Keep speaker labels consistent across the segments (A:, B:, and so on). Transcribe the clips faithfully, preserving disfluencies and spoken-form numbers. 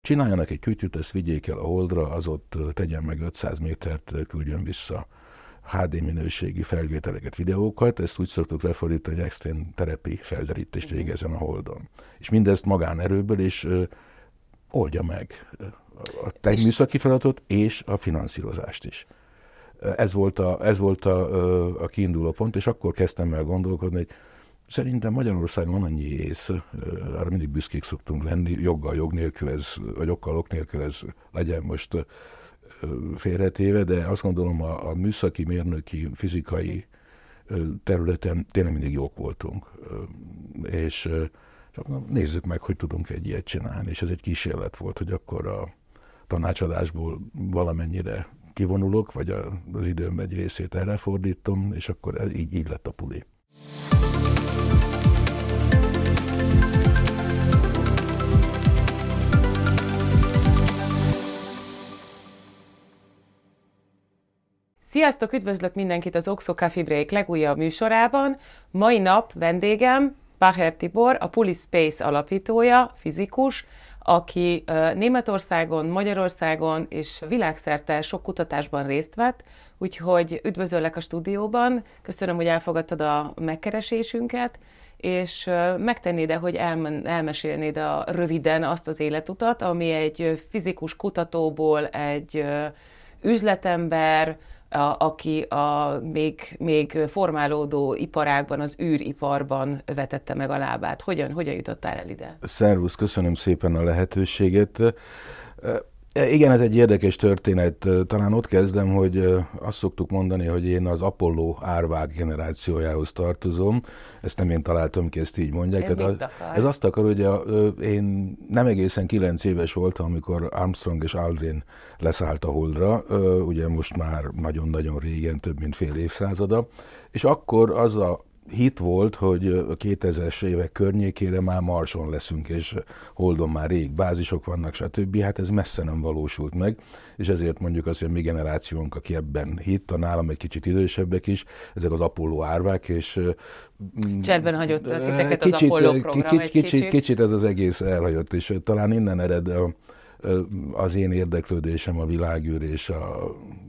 A: csináljanak egy kütyüt, ezt vigyék el a Holdra, az ott tegyen meg ötszáz métert, küldjön vissza há dé minőségi felvételeket, videókat, ezt úgy szoktuk lefordítani, hogy extrém terepi felderítést végezzen a Holdon. És mindezt magánerőből, és ö, oldja meg a műszaki feladatot és a finanszírozást is. Ez volt a, ez volt a, a kiinduló pont, és akkor kezdtem el gondolkodni, hogy szerintem Magyarországon van annyi ész, arra mindig büszkék szoktunk lenni, joggal, jog nélkül ez, vagy okkal, ok nélkül ez legyen most félretéve, de azt gondolom a, a műszaki, mérnöki, fizikai területen tényleg mindig jók voltunk. És csak nézzük meg, hogy tudunk egy ilyet csinálni, és ez egy kísérlet volt, hogy akkor a tanácsadásból valamennyire kivonulok, vagy az időm egy részét erre fordítom, és akkor ez így, így lett a puli.
B: Sziasztok, üdvözlök mindenkit az Oxo Coffee Break legújabb műsorában. Mai nap vendégem Pácher Tibor, a Puli Space alapítója, fizikus, aki Németországon, Magyarországon és világszerte sok kutatásban részt vett, úgyhogy üdvözöllek a stúdióban, köszönöm, hogy elfogadtad a megkeresésünket, és megtennéd-e, hogy elmen, elmesélnéd a, röviden azt az életutat, ami egy fizikus kutatóból egy üzletember, A, aki a még, még formálódó iparágban, az űriparban vetette meg a lábát. Hogyan, hogyan jutottál el ide?
A: Szervusz, köszönöm szépen a lehetőséget. Igen, ez egy érdekes történet. Talán ott kezdem, hogy azt szoktuk mondani, hogy én az Apollo árvák generációjához tartozom. Ezt nem én találtam ki, ezt így mondják.
B: Ez,
A: az, ez azt akar, hogy a, én nem egészen kilenc éves voltam, amikor Armstrong és Aldrin leszállt a Holdra, ugye most már nagyon-nagyon régen, több mint fél évszázada, és akkor az a hit volt, hogy a kétezres évek környékére már Marson leszünk, és Holdon már rég bázisok vannak, stb. Hát ez messze nem valósult meg, és ezért mondjuk azt, hogy a mi generációnk, aki ebben hitt, a nálam egy kicsit idősebbek is, ezek az Apollo árvák, és
B: cserben hagyott titeket az Apollo program egy
A: kicsit,
B: kicsit.
A: Kicsit ez az egész elhagyott, és talán innen ered a, az én érdeklődésem a világűr és a,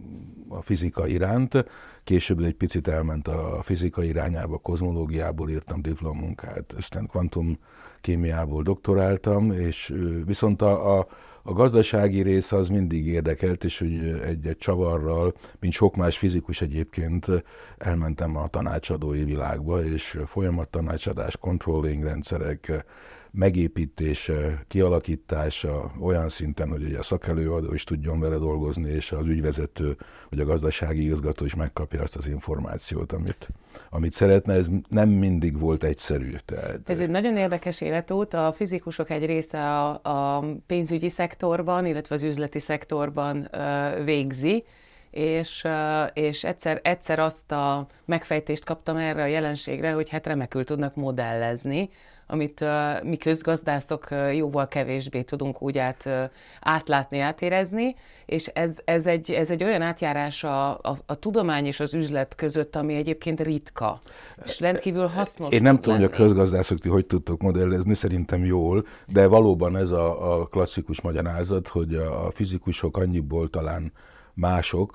A: a fizika iránt. Később egy picit elment a fizika irányába, kozmológiából írtam diplomunkát, aztán kvantumkémiából doktoráltam, és viszont a, a, a gazdasági rész az mindig érdekelt, és hogy egy-egy csavarral, mint sok más fizikus egyébként, elmentem a tanácsadói világba, és folyamattanácsadás, controlling rendszerek megépítése, kialakítása olyan szinten, hogy ugye a szakelőadó is tudjon vele dolgozni, és az ügyvezető, vagy a gazdasági igazgató is megkapja azt az információt, amit, amit szeretne. Ez nem mindig volt egyszerű. Tehát...
B: Ez egy nagyon érdekes életút. A fizikusok egy része a, a pénzügyi szektorban, illetve az üzleti szektorban uh, végzi, és, uh, és egyszer, egyszer azt a megfejtést kaptam erre a jelenségre, hogy hát remekül tudnak modellezni, amit uh, mi közgazdászok uh, jóval kevésbé tudunk úgy át, uh, átlátni, átérezni, és ez, ez, egy, ez egy olyan átjárás a, a, a tudomány és az üzlet között, ami egyébként ritka, és rendkívül hasznos.
A: Én nem tudom,
B: lenni.
A: hogy a közgazdászok ti hogy tudtok modellezni, szerintem jól, de valóban ez a, a klasszikus magyarázat, hogy a, a fizikusok annyiból talán mások,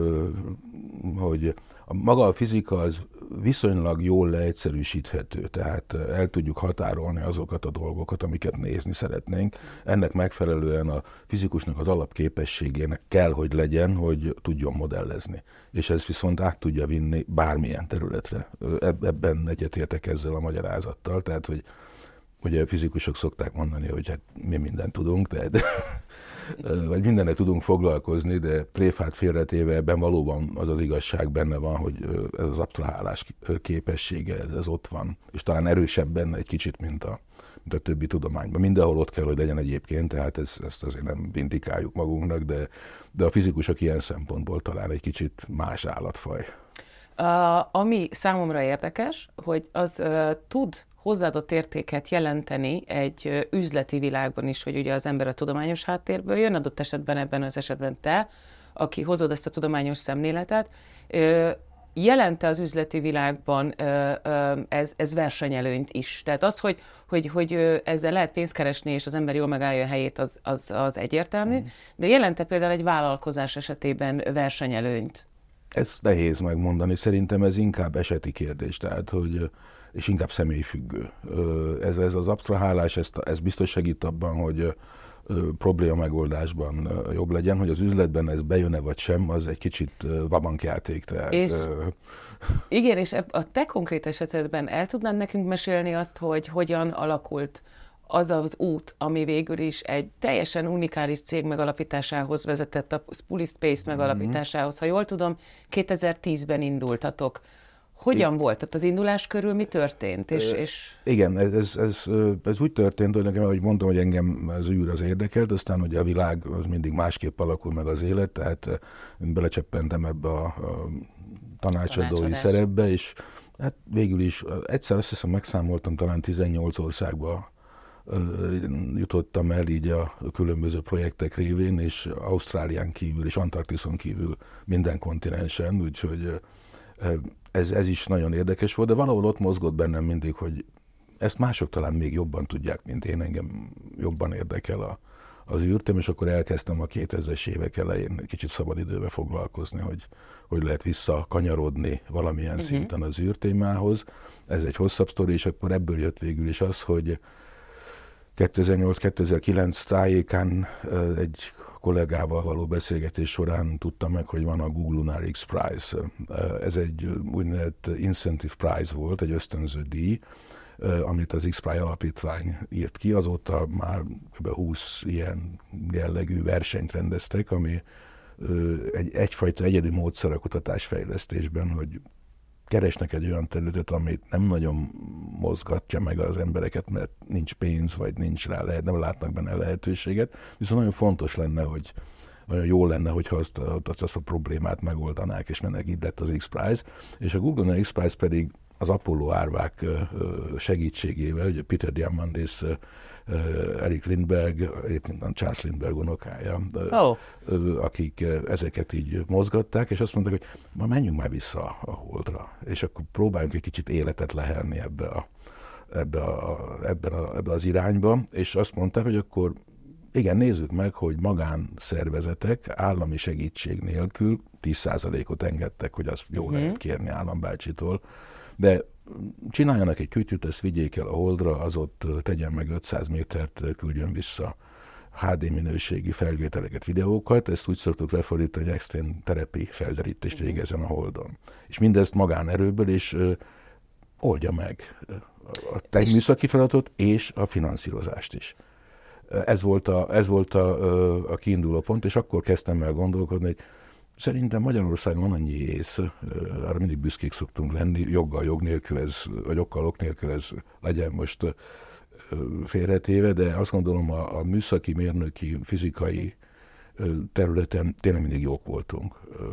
A: hogy a maga a fizika az viszonylag jól leegyszerűsíthető, tehát el tudjuk határolni azokat a dolgokat, amiket nézni szeretnénk. Ennek megfelelően a fizikusnak az alapképességének kell, hogy legyen, hogy tudjon modellezni. És ez viszont át tudja vinni bármilyen területre. Ebben egyetértek ezzel a magyarázattal, tehát hogy ugye a fizikusok szokták mondani, hogy hát mi mindent tudunk, tehát vagy mindennek tudunk foglalkozni, de tréfát félretéve ebben valóban az az igazság benne van, hogy ez az absztrahálás képessége, ez, ez ott van, és talán erősebb benne egy kicsit, mint a, mint a többi tudományban. Mindenhol ott kell, hogy legyen egyébként, tehát ez, ezt azért nem vindikáljuk magunknak, de, de a fizikusok ilyen szempontból talán egy kicsit más állatfaj.
B: Uh, ami számomra érdekes, hogy az uh, tud hozzáadott értéket jelenteni egy üzleti világban is, hogy ugye az ember a tudományos háttérből jön, adott esetben ebben az esetben te, aki hozod ezt a tudományos szemléletet, jelente az üzleti világban ez, ez versenyelőnyt is. Tehát az, hogy, hogy, hogy ezzel lehet pénzt keresni, és az ember jól megállja a helyét, az, az, az egyértelmű, mm. de jelente például egy vállalkozás esetében versenyelőnyt?
A: Ez nehéz megmondani, szerintem ez inkább eseti kérdés, tehát, hogy, és inkább személyfüggő. Ez, ez az absztrahálás, ez, ez biztos segít abban, hogy probléma megoldásban jobb legyen, hogy az üzletben ez bejön-e vagy sem, az egy kicsit vabankjáték. Tehát,
B: és, igen, és a te konkrét esetedben el tudnád nekünk mesélni azt, hogy hogyan alakult az az út, ami végül is egy teljesen unikális cég megalapításához vezetett, a Police Space megalapításához. Ha jól tudom, kétezer-tízben indultatok. Hogyan I... volt? Tehát az indulás körül mi történt? És, és...
A: Igen, ez, ez, ez, ez úgy történt, hogy nekem, ahogy mondtam, hogy engem az űr az érdekelt, aztán ugye a világ az mindig másképp alakul meg az élet, tehát belecseppentem ebbe a, a tanácsadói Tanácsadás. szerepbe, és hát végül is egyszer azt hiszem megszámoltam, talán tizennyolc országba jutottam el így a különböző projektek révén, és Ausztrálián kívül és Antarktiszon kívül minden kontinensen, úgyhogy ez, ez is nagyon érdekes volt, de valahol ott mozgott bennem mindig, hogy ezt mások talán még jobban tudják, mint én, engem jobban érdekel a, az űrtém, és akkor elkezdtem a kétezres évek elején kicsit szabadidőbe foglalkozni, hogy, hogy lehet visszakanyarodni valamilyen uh-huh. szinten az űrtémához. Ez egy hosszabb sztori, és akkor ebből jött végül is az, hogy kétezer-nyolc-kétezer-kilenc tájékán egy kollégával való beszélgetés során tudtam meg, hogy van a Google Lunar X Prize. Ez egy úgynevezett incentive prize volt, egy ösztönző díj, amit az X-Prize alapítvány írt ki. Azóta már kb. húsz ilyen jellegű versenyt rendeztek, ami egy, egyfajta egyedi módszer a kutatásfejlesztésben, hogy keresnek egy olyan területet, amit nem nagyon mozgatja meg az embereket, mert nincs pénz, vagy nincs rá lehet, nem látnak benne lehetőséget. Viszont nagyon fontos lenne, hogy nagyon jó lenne, hogyha azt, azt a problémát megoldanák, és mennek, így lett az X-Prize. És a Google X-Prize pedig az Apollo árvák segítségével, ugye Peter Diamandis, Eric Lindbergh, egyébként a Charles Lindbergh unokája, oh. akik ezeket így mozgatták, és azt mondták, hogy ma menjünk már vissza a Holdra, és akkor próbáljunk egy kicsit életet lehelni ebbe, a, ebbe, a, ebben a, ebbe az irányba, és azt mondták, hogy akkor igen, nézzük meg, hogy magánszervezetek állami segítség nélkül tíz százalékot engedtek, hogy azt jó mm-hmm. lehet kérni állambácsitól, de csináljanak egy kütyüt, ezt vigyék el a Holdra, az ott tegyen meg ötszáz métert, küldjön vissza há dé minőségi felvételeket, videókat, ezt úgy szoktuk lefordítani, hogy extrém terepi felderítést végezzen a Holdon. És mindezt magánerőből, és ö, oldja meg a te műszaki feladatot és a finanszírozást is. Ez volt a, ez volt a, a kiinduló pont, és akkor kezdtem el gondolkodni, hogy szerintem Magyarországon van annyi ész, arra mindig büszkék szoktunk lenni, joggal, jog nélkül ez, vagy okkal, ok nélkül ez legyen most félretéve, de azt gondolom a, a műszaki, mérnöki, fizikai területen tényleg mindig jók voltunk.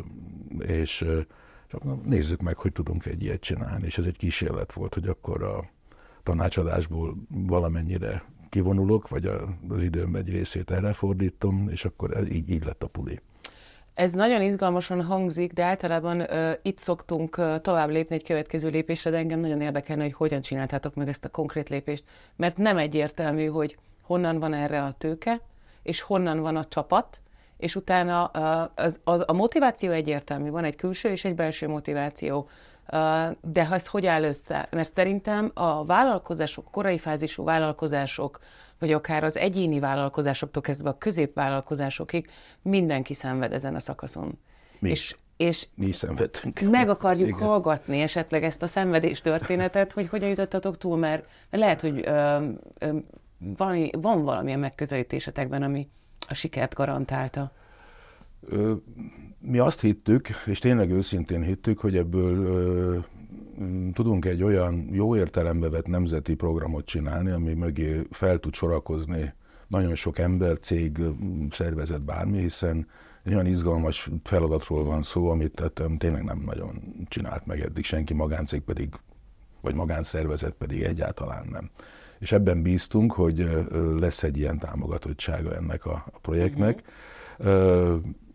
A: És csak nézzük meg, hogy tudunk egy ilyet csinálni, és ez egy kísérlet volt, hogy akkor a tanácsadásból valamennyire kivonulok, vagy az időm egy részét erre fordítom, és akkor ez, így, így lett a puli.
B: Ez nagyon izgalmasan hangzik, de általában uh, itt szoktunk uh, tovább lépni egy következő lépésre, de engem nagyon érdekelne, hogy hogyan csináltátok meg ezt a konkrét lépést, mert nem egyértelmű, hogy honnan van erre a tőke, és honnan van a csapat, és utána uh, az, az, a motiváció egyértelmű, van egy külső és egy belső motiváció, uh, de ha ez hogy áll össze? Mert szerintem a vállalkozások, korai fázisú vállalkozások, vagy akár az egyéni vállalkozásoktól kezdve a középvállalkozásokig mindenki szenved ezen a szakaszon.
A: Mi,
B: és, és
A: mi szenvedtünk.
B: Meg akarjuk
A: Igen.
B: hallgatni esetleg ezt a szenvedés történetet, hogy hogyan jutottatok túl, mert lehet, hogy ö, ö, valami, van valamilyen megközelítésetekben, ami a sikert garantálta.
A: Ö, mi azt hittük, és tényleg őszintén hittük, hogy ebből ö, tudunk egy olyan jó értelembe vett nemzeti programot csinálni, ami mögé fel tud sorakozni nagyon sok ember, cég, szervezet, bármi, hiszen egy olyan izgalmas feladatról van szó, amit tehát, tényleg nem nagyon csinált meg eddig senki, magáncég pedig, vagy magánszervezet pedig egyáltalán nem. És ebben bíztunk, hogy lesz egy ilyen támogatottsága ennek a projektnek. Uh-huh.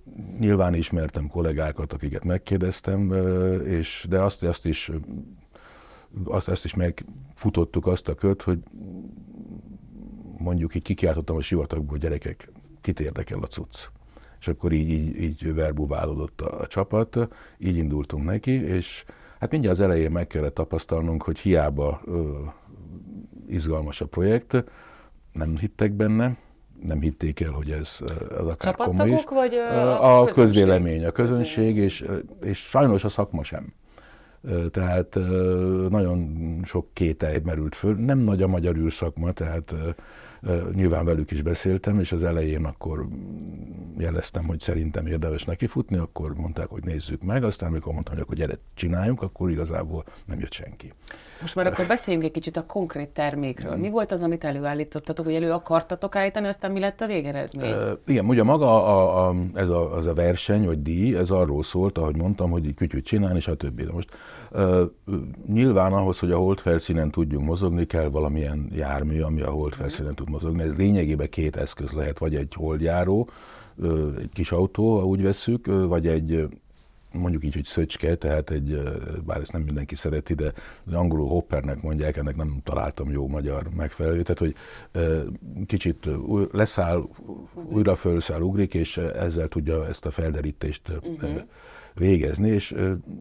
A: nyilván ismertem kollégákat, akiket megkérdeztem, és, de azt, azt is, azt, azt is megfutottuk azt a kört, hogy mondjuk így kikiáltottam a sivatagból, hogy gyerekek, kit érdekel a cucc. És akkor így, így, így verbuválódott a, a csapat, így indultunk neki, és hát mindjárt az elején meg kellett tapasztalnunk, hogy hiába ö, izgalmas a projekt, nem hittek benne, nem hitték el, hogy ez az akár komoly is.
B: Vagy a,
A: a közvélemény, a közönség, és, és sajnos a szakma sem. Tehát nagyon sok kételj merült föl. Nem nagy a magyar űrszakma, tehát nyilván velük is beszéltem, és az elején akkor jeleztem, hogy szerintem érdemes nekifutni, akkor mondták, hogy nézzük meg, aztán amikor mondtam, hogy akkor gyere, csináljunk, akkor igazából nem jött senki.
B: Most már akkor beszéljünk egy kicsit a konkrét termékről. Mi volt az, amit előállítottatok, vagy elő akartatok állítani, aztán mi lett a végeredmény? Uh,
A: igen, ugye maga a, a, ez a, az a verseny, vagy díj, ez arról szólt, ahogy mondtam, hogy kütyűt csinálni, és a többi. De most uh, nyilván ahhoz, hogy a holdfelszínen tudjunk mozogni, kell valamilyen jármű, ami a holdfelszínen tud mozogni. Ez lényegében két eszköz lehet, vagy egy holdjáró, uh, egy kis autó, ha úgy vesszük, uh, vagy egy mondjuk így, hogy szöcske, tehát egy, bár ezt nem mindenki szereti, de angolul hoppernek mondják, ennek nem találtam jó magyar megfelelőt, tehát hogy kicsit leszáll, újra fölszáll, ugrik, és ezzel tudja ezt a felderítést uh-huh. végezni, és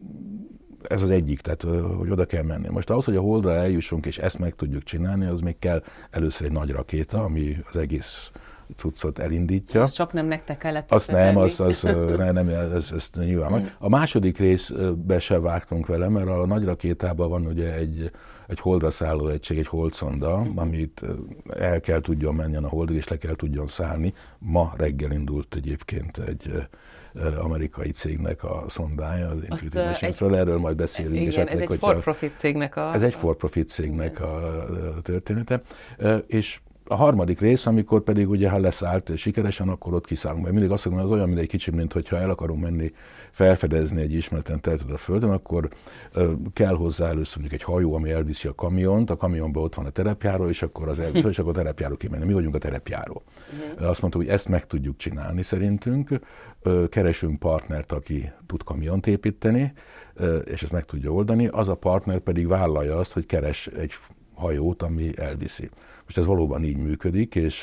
A: ez az egyik, tehát hogy oda kell menni. Most ahhoz, hogy a Holdra eljussunk, és ezt meg tudjuk csinálni, az még kell először egy nagy rakéta, ami az egész cuccot elindítja.
B: Azt csak nem nektek kellett
A: Azt nem, az, az, ne, nem, ez, ez nyilván van. A második részbe se vágtunk vele, mert a nagy rakétában van ugye egy, egy holdra szálló egység, egy holdszonda, uh-huh. amit el kell tudjon menni a holdig, és le kell tudjon szállni. Ma reggel indult egyébként egy amerikai cégnek a szondája, az Intuitive Machines-ről, erről majd beszélünk.
B: Igen,
A: esetleg,
B: ez egy for-profit cégnek a...
A: Ez egy for-profit cégnek igen. a története. És a harmadik rész, amikor pedig ugye, ha leszállt sikeresen, akkor ott kiszállunk. Mert mindig azt mondom, az olyan, mint egy kicsi, mint hogyha el akarunk menni, felfedezni egy ismeretlen területet a Földön, akkor uh, kell hozzá először mondjuk egy hajó, ami elviszi a kamiont, a kamionban ott van a terepjáró, és akkor az elviszi, és akkor a terepjáró kimenni. Mi vagyunk a terepjáró. Uh-huh. Azt mondtuk, hogy ezt meg tudjuk csinálni szerintünk. Uh, keresünk partnert, aki tud kamiont építeni, uh, és ezt meg tudja oldani. Az a partner pedig vállalja azt, hogy keres egy hajót, ami elviszi. Most ez valóban így működik, és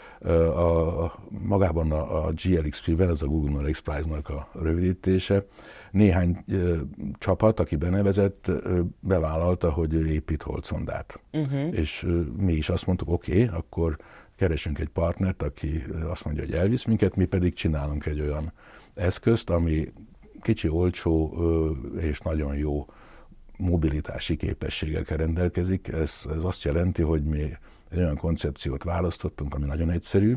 A: a, a, magában a, a G L X P-ben, ez a Google X Prize-nak a rövidítése, néhány ö, csapat, aki benevezett, ö, bevállalta, hogy ő épít holdszondát. Uh-huh. És ö, mi is azt mondtuk, oké, okay, akkor keresünk egy partnert, aki azt mondja, hogy elvisz minket, mi pedig csinálunk egy olyan eszközt, ami kicsi, olcsó ö, és nagyon jó mobilitási képességekkel rendelkezik. Ez, ez azt jelenti, hogy mi egy olyan koncepciót választottunk, ami nagyon egyszerű,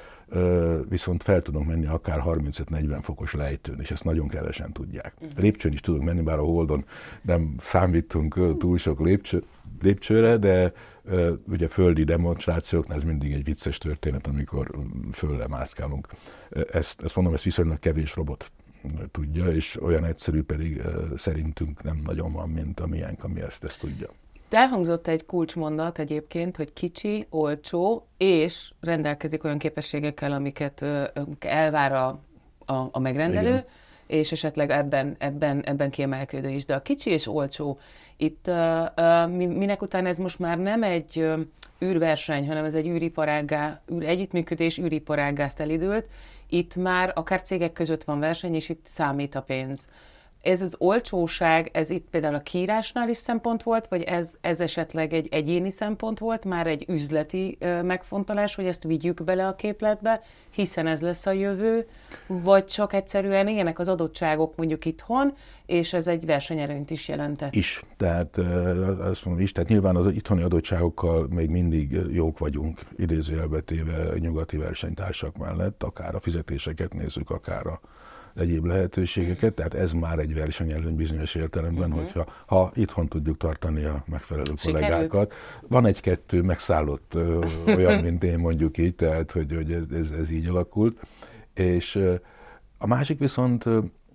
A: viszont fel tudunk menni akár harmincöt-negyven fokos lejtőn, és ezt nagyon kevesen tudják. Uh-huh. Lépcsőn is tudunk menni, bár a Holdon nem számítunk túl sok lépcső, lépcsőre, de ugye földi demonstrációknál ez mindig egy vicces történet, amikor fölle mászkálunk. Ezt, ezt mondom, ezt viszonylag kevés robot tudja, és olyan egyszerű pedig szerintünk nem nagyon van, mint a miénk, ami ezt, ezt tudja.
B: Elhangzott egy kulcsmondat egyébként, hogy kicsi, olcsó, és rendelkezik olyan képességekkel, amiket elvár a, a, a megrendelő, igen. és esetleg ebben, ebben, ebben kiemelkedő is. De a kicsi és olcsó, itt uh, uh, minek után ez most már nem egy uh, űrverseny, hanem ez egy űriparággá, űr, együttműködés űriparággá szelidült. Itt már akár cégek között van verseny, és itt számít a pénz. Ez az olcsóság, ez itt például a kiírásnál is szempont volt, vagy ez, ez esetleg egy egyéni szempont volt, már egy üzleti ö, megfontolás, hogy ezt vigyük bele a képletbe, hiszen ez lesz a jövő, vagy csak egyszerűen ilyenek az adottságok mondjuk itthon, és ez egy versenyelőnyt is jelentett?
A: Is. Tehát azt mondom is, tehát nyilván az itthoni adottságokkal még mindig jók vagyunk, idézőjelbe téve nyugati versenytársak mellett, akár a fizetéseket nézzük, akár a egyéb lehetőségeket, tehát ez már egy versenyelőny bizonyos értelemben, uh-huh. hogyha ha itthon tudjuk tartani a megfelelő Sikerült. kollégákat. Van egy-kettő megszállott ö, olyan, mint én mondjuk így, tehát hogy, hogy ez, ez, ez így alakult. És ö, a másik viszont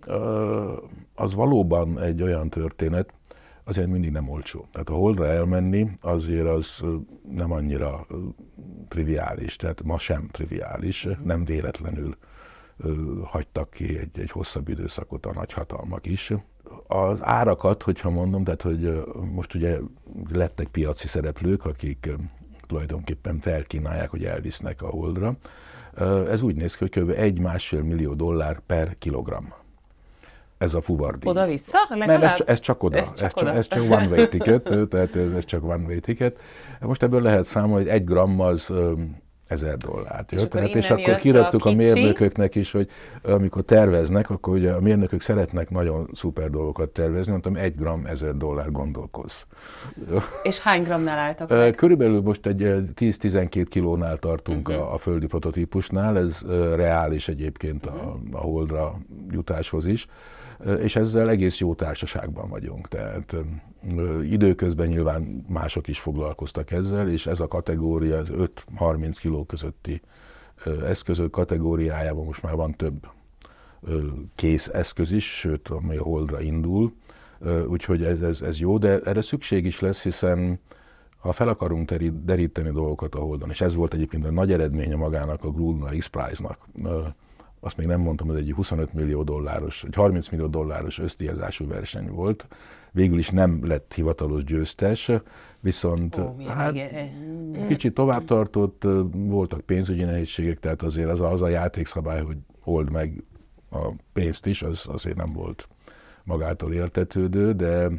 A: ö, az valóban egy olyan történet, azért mindig nem olcsó. Tehát a Holdra elmenni azért az nem annyira triviális, tehát ma sem triviális, uh-huh. nem véletlenül hagytak ki egy, egy hosszabb időszakot a nagyhatalmak is. Az árakat, hogyha mondom, tehát hogy most ugye lettek piaci szereplők, akik tulajdonképpen felkínálják, hogy elvisznek a Holdra. Ez úgy néz ki, hogy kb. egy-másfél millió dollár per kilogramm. Ez a fuvardi.
B: Oda-vissza?
A: Nem, ez, ez csak oda.
B: Ez csak,
A: ez csak,
B: oda.
A: ez csak one way ticket, tehát ez, ez csak one way ticket. Most ebből lehet számolni, hogy egy gramm az ezer dollárt.
B: És,
A: tehát,
B: akkor,
A: és akkor kiraktuk a, a mérnököknek is, hogy amikor terveznek, akkor ugye a mérnökök szeretnek nagyon szuper dolgokat tervezni, mondtam, egy gramm ezer dollár gondolkozz.
B: És hány grammnál álltak meg?
A: Körülbelül most egy tíz-tizenkét kilónál tartunk uh-huh. a, a földi prototípusnál, ez reális egyébként uh-huh. a, a Holdra jutáshoz is, és ezzel egész jó társaságban vagyunk. Tehát időközben nyilván mások is foglalkoztak ezzel, és ez a kategória, az öt-harminc kiló közötti eszközök kategóriájában most már van több kész eszköz is, sőt, ami a Holdra indul, úgyhogy ez, ez, ez jó, de erre szükség is lesz, hiszen ha fel akarunk deríteni dolgokat a Holdon, és ez volt egyébként a nagy eredménye magának a Lunar X-Prize-nak, azt még nem mondtam, hogy egy huszonöt millió dolláros, egy harminc millió dolláros ösztdíjazású verseny volt. Végül is nem lett hivatalos győztes, viszont
B: Ó,
A: hát, kicsit tovább tartott, voltak pénzügyi nehézségek, tehát azért az a, az a játékszabály, hogy old meg a pénzt is, az azért nem volt magától értetődő, de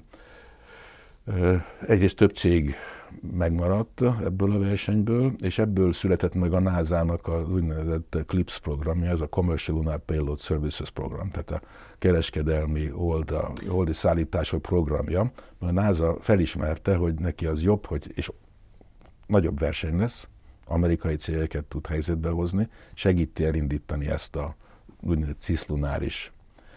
A: egyrészt több cég megmaradt ebből a versenyből, és ebből született meg a nászának az úgynevezett CLPS programja, ez a Commercial Lunar Payload Services program, tehát a kereskedelmi holda, holdi szállítások programja. A NASA felismerte, hogy neki az jobb, hogy, és nagyobb verseny lesz, amerikai cégeket tud helyzetbe hozni, segíti elindítani ezt a úgynevezett ciszlunáris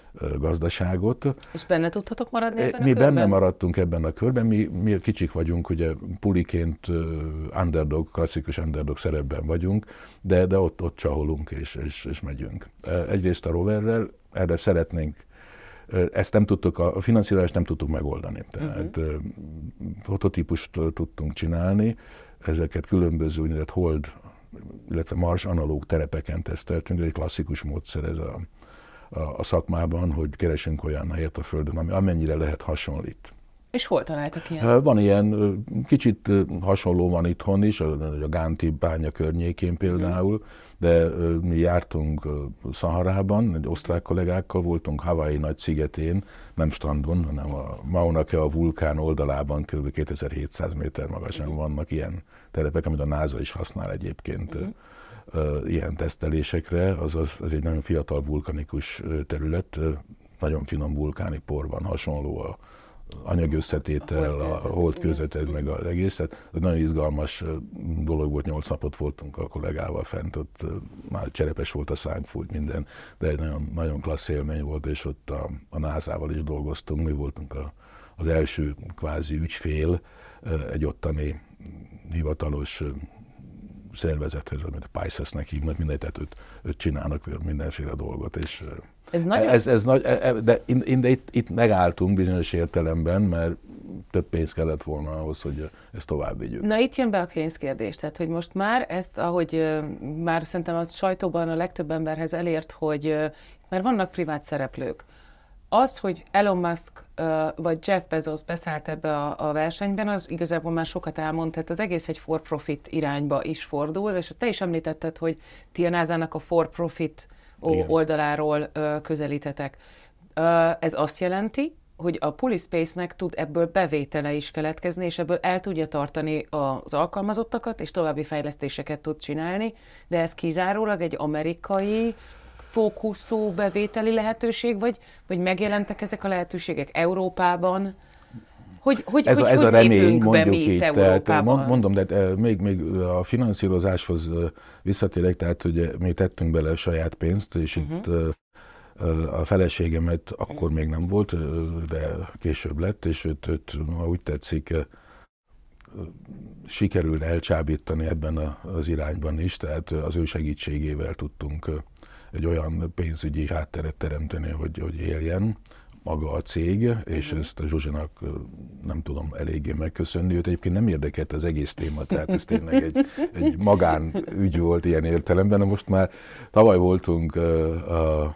A: gazdaságot.
B: És benne tudhatok maradni ebben
A: mi
B: a körben?
A: Mi benne maradtunk ebben a körben, mi, mi kicsik vagyunk, ugye puliként underdog, klasszikus underdog szerepben vagyunk, de, de ott, ott csaholunk és, és, és megyünk. Egyrészt a roverrel, erre szeretnénk, ezt nem tudtuk, a finanszírozást nem tudtuk megoldani. Tehát uh-huh. prototípust tudtunk csinálni, ezeket különböző úgynevezett hold, illetve Mars analóg terepeken teszteltünk, egy klasszikus módszer ez a a szakmában, hogy keresünk olyan helyet a Földön, ami amennyire lehet hasonlít.
B: És hol találtak ilyen?
A: Van ilyen, kicsit hasonló van itthon is, a Gánti bánya környékén például, uh-huh. de mi jártunk Szaharában, egy osztrák kollégákkal, voltunk Hawaii nagy szigetén, nem strandon, hanem a Mauna Kea vulkán oldalában kb. kétezer-hétszáz méter magasan uh-huh. vannak ilyen terepek, amit a NASA is használ egyébként. Uh-huh. Uh, ilyen tesztelésekre, az, az, az egy nagyon fiatal vulkanikus terület, uh, nagyon finom vulkáni por van, hasonló a anyagösszetétel, a holdkőzeted, meg az egész. Tehát nagyon izgalmas dolog volt, nyolc napot voltunk a kollégával fent, ott uh, már cserepes volt a szánk, fújt minden, de egy nagyon, nagyon klassz élmény volt, és ott a, a názával is dolgoztunk, mi voltunk a, az első kvázi ügyfél, uh, egy ottani hivatalos uh, szervezethez, amit a PISA-nek hívnak, mindegy, tehát őt, őt csinálnak mindenféle dolgot, és
B: ez, nagyon...
A: ez, ez nagy, de, de itt, itt megálltunk bizonyos értelemben, mert több pénz kellett volna ahhoz, hogy ezt tovább vigyük.
B: Na itt jön be a pénzkérdés, tehát hogy most már ezt, ahogy már szerintem a sajtóban a legtöbb emberhez elért, hogy már vannak privát szereplők. Az, hogy Elon Musk uh, vagy Jeff Bezos beszállt ebbe a, a versenyben, az igazából már sokat elmond, tehát az egész egy for-profit irányba is fordul, és te is említetted, hogy ti a nászának a for-profit oldaláról uh, közelítetek. Uh, ez azt jelenti, hogy a PuliSpace-nek tud ebből bevétele is keletkezni, és ebből el tudja tartani az alkalmazottakat, és további fejlesztéseket tud csinálni, de ez kizárólag egy amerikai fókuszú bevételi lehetőség, vagy, vagy megjelentek ezek a lehetőségek Európában? Hogy, hogy,
A: ez,
B: hogy,
A: a, ez
B: hogy
A: a remény, mondjuk
B: így,
A: tehát mondom, de még, még a finanszírozáshoz visszatérek, tehát hogy mi tettünk bele saját pénzt, és uh-huh. itt a feleségemet akkor még nem volt, de később lett, és őt, őt ha úgy tetszik, sikerült elcsábítani ebben az irányban is, tehát az ő segítségével tudtunk egy olyan pénzügyi hátteret teremteni, hogy, hogy éljen. maga a cég, és uh-huh. ezt a Zsuzsinak nem tudom eléggé megköszönni. Őt egyébként nem érdekelt az egész téma, tehát ez tényleg egy, egy magánügy volt ilyen értelemben. De most már tavaly voltunk a, a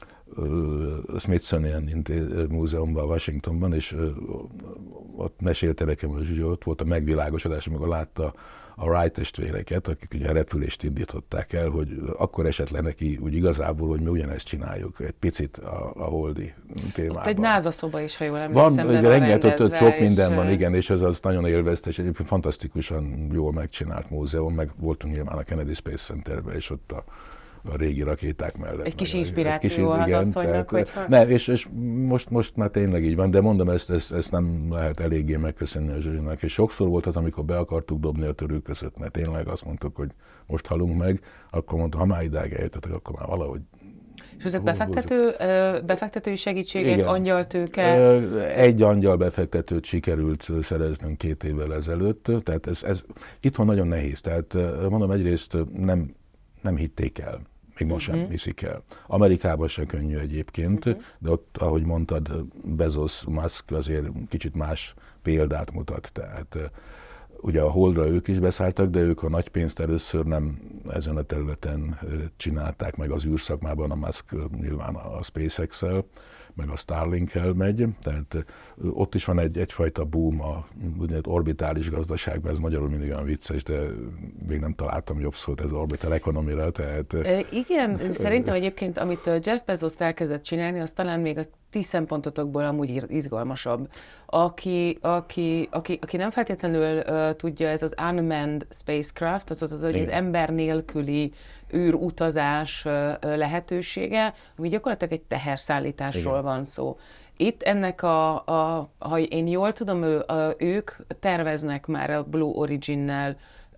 A: Smithsonian Múzeumban, Washingtonban, és ott mesélte nekem, hogy Zsuzsi, ott volt a megvilágosodás, amikor látta a Wright testvéreket, akik ugye a repülést indították el, hogy akkor esett le neki úgy igazából, hogy mi ugyanezt csináljuk egy picit a, a holdi témában.
B: Ott egy NASA szoba is, ha jól emlékszem,
A: van,
B: van
A: rengeteg, ott sok minden
B: és...
A: van, igen, és ez az nagyon élvezte, és egyébként fantasztikusan jól megcsinált múzeum, meg voltunk nyilván a Kennedy Space Centerben, és ott a a régi rakéták mellett.
B: Egy kis inspiráció az asszonynak, hogyha...
A: Nem, és, és most, most már tényleg így van, de mondom, ezt, ezt, ezt nem lehet eléggé megköszönni a Zsuzsinak, és sokszor volt az, amikor be akartuk dobni a törők között, mert tényleg azt mondtuk, hogy most halunk meg, akkor mondta, ha már idáig eljöttetek, akkor már valahogy...
B: És ezek befektető, befektetői segítségek, igen. Angyaltőke?
A: Egy angyal befektetőt sikerült szereznünk két évvel ezelőtt, tehát ez, ez itthon nagyon nehéz, tehát mondom, egyrészt nem, nem hitték el. Még most uh-huh. sem hiszik el. Amerikában se könnyű egyébként, uh-huh. de ott, ahogy mondtad, Bezos, Musk azért kicsit más példát mutat. Tehát ugye a Holdra ők is beszálltak, de ők a nagy pénzt először nem ezen a területen csinálták meg az űrszakmában, a Musk nyilván a SpaceX-el, meg a Starlink-el megy, tehát ott is van egy, egyfajta boom a orbitális gazdaságban, ez magyarul mindig olyan vicces, de még nem találtam jobb szót ez orbital economy-ra, tehát...
B: Igen, szerintem egyébként, amit Jeff Bezos elkezdett csinálni, az talán még a ti szempontotokból amúgy izgalmasabb. Aki, aki, aki, aki nem feltétlenül uh, tudja, ez az unmanned spacecraft, azaz az, az, az ember nélküli űrutazás uh, lehetősége, ami gyakorlatilag egy teherszállításról igen. van szó. Itt ennek a, a, ha én jól tudom, ő, a, ők terveznek már a Blue Origin-nel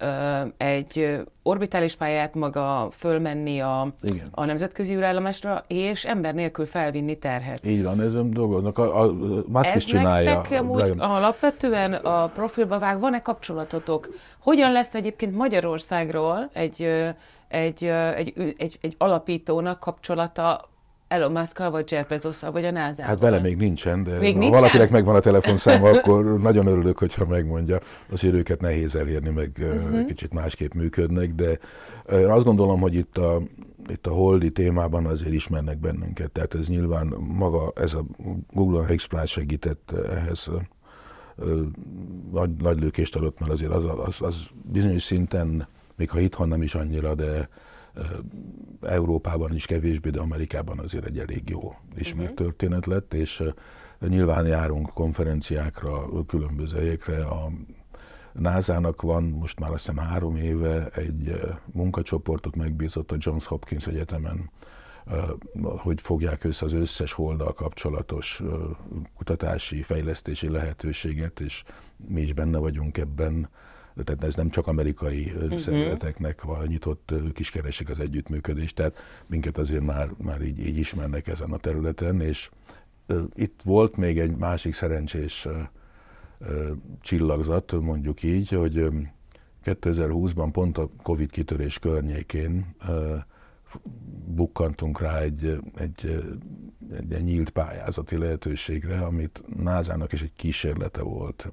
B: egy orbitális pályát maga fölmenni a, a nemzetközi űrállomásra, és ember nélkül felvinni terhet.
A: Így van, ezen dolgoznak. A, a Musk is csinálja.
B: Ez nektek amúgy alapvetően a profilba vág, van-e kapcsolatotok? Hogyan lesz egyébként Magyarországról egy, egy, egy, egy, egy alapítónak kapcsolata Elon Muskkal, vagy Jeff Bezosszal, vagy a nászával?
A: Hát vele még nincsen, de
B: még
A: ha
B: nincsen?
A: valakinek megvan a telefonszáma, akkor nagyon örülök, hogyha megmondja. Azért őket nehéz elérni, meg uh-huh. kicsit másképp működnek, de azt gondolom, hogy itt a, itt a holdi témában azért ismernek bennünket. Tehát ez nyilván maga, ez a Google X-Prize segített ehhez, nagy, nagy lökést adott, mert azért az, az, az bizonyos szinten, még ha itthon nem is annyira, de Európában is kevésbé, de Amerikában azért egy elég jó ismert uh-huh. történet lett, és nyilván járunk konferenciákra, különböző helyekre. A nászának van most már azt hiszem három éve egy munkacsoportot megbízott a Johns Hopkins Egyetemen, hogy fogják össze az összes holddal kapcsolatos kutatási, fejlesztési lehetőséget, és mi is benne vagyunk ebben. Tehát ez nem csak amerikai uh-huh. szervezeteknek van nyitott, ők is keresik az együttműködést, tehát minket azért már, már így, így ismernek ezen a területen, és uh, itt volt még egy másik szerencsés uh, uh, csillagzat, mondjuk így, hogy um, kétezer-húszban pont a Covid kitörés környékén uh, bukkantunk rá egy, egy, egy, egy nyílt pályázati lehetőségre, amit nászának is egy kísérlete volt.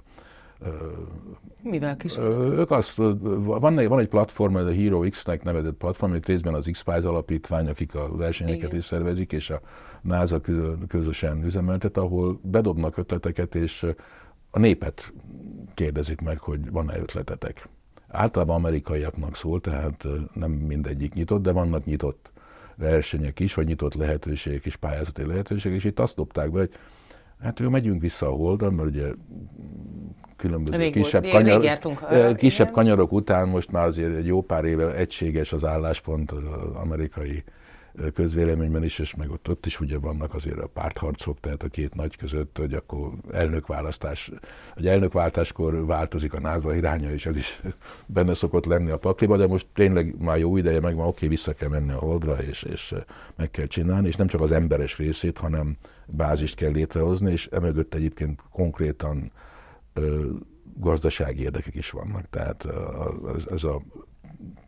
B: Mivel kísérletezni?
A: Ők azt, van, egy, van egy platform, a Hero X-nek nevezett platform, amit részben az X-Prize alapítvány, akik a versenyeket igen. is szervezik, és a NASA közösen üzemeltet, ahol bedobnak ötleteket, és a népet kérdezik meg, hogy van-e ötletetek. Általában amerikaiaknak szól, tehát nem mindegyik nyitott, de vannak nyitott versenyek is, vagy nyitott lehetőségek is, pályázati lehetőségek, és itt azt dobták be, hogy hát jó, megyünk vissza a Holdra, mert ugye különböző rég kisebb,
B: rég,
A: kanyar,
B: rég arra,
A: kisebb
B: igen.
A: kanyarok után most már azért egy jó pár éve egységes az álláspont az amerikai közvéleményben is, és meg ott, ott is ugye vannak azért a pártharcok, tehát a két nagy között, hogy akkor elnökválasztás, hogy elnökváltáskor változik a NASA iránya, és ez is benne szokott lenni a pakliba, de most tényleg már jó ideje megvan, oké, vissza kell menni a Holdra, és, és meg kell csinálni, és nem csak az emberes részét, hanem bázist kell létrehozni, és emögött egyébként konkrétan ö, gazdasági érdekek is vannak, tehát ez, ez a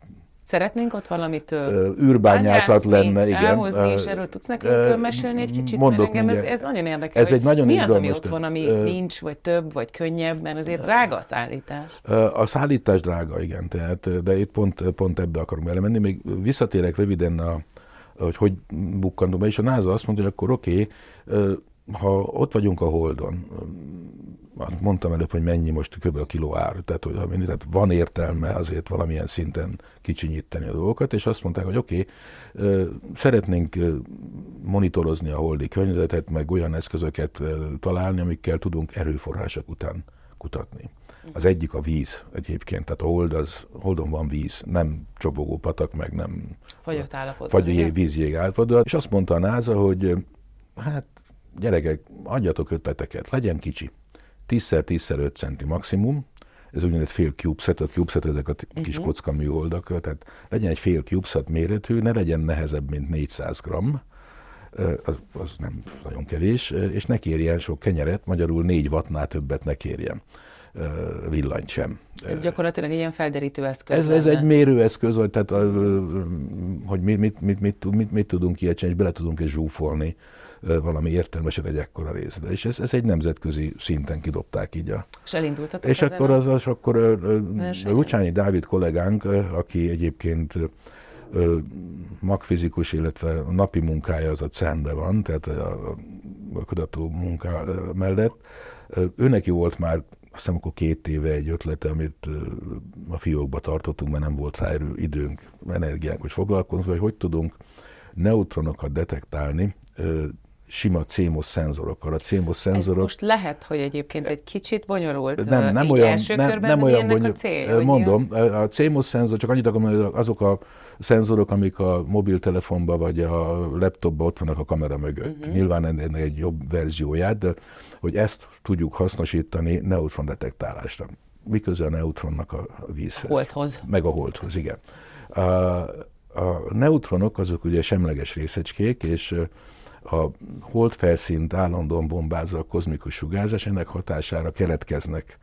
B: Szeretnénk ott valamit
A: űrbányászat lenne, igen.
B: Elhozni, és erről tudsz nekünk mesélni egy kicsit, mert engem ez, ez nagyon érdekel,
A: ez egy nagyon
B: mi az, ami ott van, ami uh, nincs, vagy több, vagy könnyebb, mert azért drága a szállítás.
A: A szállítás drága, igen, tehát, de itt pont, pont ebbe akarunk belemenni. Még visszatérek röviden, a, hogy hogy bukkantunk be, és a NASA azt mondta, hogy akkor oké, okay, ha ott vagyunk a Holdon, azt mondtam előbb, hogy mennyi most kb. A kiló ár, tehát, hogy, tehát van értelme azért valamilyen szinten kicsinyíteni a dolgokat, és azt mondták, hogy oké, okay, szeretnénk monitorozni a holdi környezetet, meg olyan eszközöket találni, amikkel tudunk erőforrások után kutatni. Az egyik a víz egyébként, tehát a hold az, Holdon van víz, nem csobogó patak, meg nem
B: fagyott állapotban.
A: Fagy, vízjég állapotban. És azt mondta a NASA, hogy hát gyerekek, adjatok ötleteket, legyen kicsi. tízszer tízszer öt centi maximum, ez úgynevezett fél CubeSat, a CubeSat ezek a kis uh-huh. kocka műholdak, tehát legyen egy fél CubeSat méretű, ne legyen nehezebb, mint négyszáz gramm, az, az nem nagyon kevés, és ne kérjen sok kenyeret, magyarul négy wattnál többet ne kérjen, villanyt sem.
B: Ez gyakorlatilag egy ilyen felderítő eszköz.
A: Ez, ez egy mérőeszköz, vagy tehát, hogy mit, mit, mit, mit, mit, mit tudunk ilyet csinálni, és bele tudunk is zsúfolni valami értelmeset egy ekkora részbe. És ez, ez egy nemzetközi szinten kidobták így a...
B: És elindultatok
A: És akkor, az, az, akkor Lucsányi Dávid kollégánk, aki egyébként magfizikus, illetve a napi munkája az a cernben van, tehát a, a kutató munká mellett, ő neki volt már azt hiszem akkor két éve egy ötlete, amit a fiókba tartottunk, mert nem volt rá időnk, energiánk, hogy foglalkozunk, hogy hogy tudunk neutronokat detektálni sima cé em o es szenzorokkal. A cé em o es szenzorok...
B: Ez most lehet, hogy egyébként egy kicsit bonyolult.
A: Nem, nem
B: így
A: olyan,
B: első
A: nem,
B: körben,
A: nem olyan
B: bonyolult. A cél,
A: mondom, a cé em o es szenzor, csak annyit akarom, hogy azok a szenzorok, amik a mobiltelefonban vagy a laptopban ott vannak a kamera mögött. Uh-huh. Nyilván ennek egy jobb verzióját, de hogy ezt tudjuk hasznosítani neutron detektálásra. Miközben a neutronnak a vízhez.
B: A holdhoz.
A: Meg a holdhoz, igen. A, a neutronok azok ugye semleges részecskék, és a hold felszínt állandóan bombázza a kozmikus sugárzás, ennek hatására keletkeznek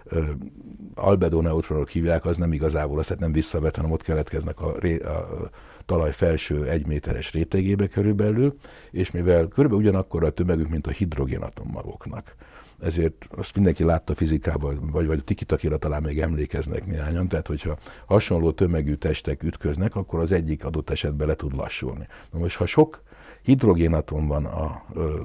A: albedo neutronok hívják, az nem igazából, azt nem visszavet, hanem ott keletkeznek a, ré, a talaj felső egy méteres rétegébe körülbelül, és mivel körülbelül ugyanakkor a tömegük, mint a hidrogénatommagoknak, ezért azt mindenki látta fizikában, vagy, vagy a tikitakira talán még emlékeznek néhányan, tehát hogyha hasonló tömegű testek ütköznek, akkor az egyik adott esetben le tud lassulni. Na most, ha sok hidrogénatom van a ö,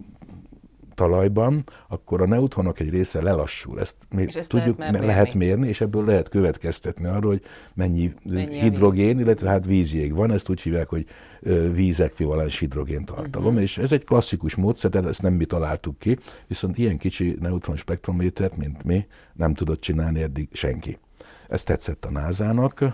A: talajban, akkor a neutronok egy része lelassul. Ezt, mi
B: ezt
A: tudjuk,
B: lehet, mérni.
A: lehet mérni, és ebből lehet következtetni arról, hogy mennyi, mennyi hidrogén, illetve hát vízjég van, ezt úgy hívják, hogy vízekvivalens hidrogén tartalom, uh-huh. és ez egy klasszikus módszer, tehát ezt nem mi találtuk ki, viszont ilyen kicsi neutron spektrométert, mint mi, nem tudott csinálni eddig senki. Ez tetszett a nászának,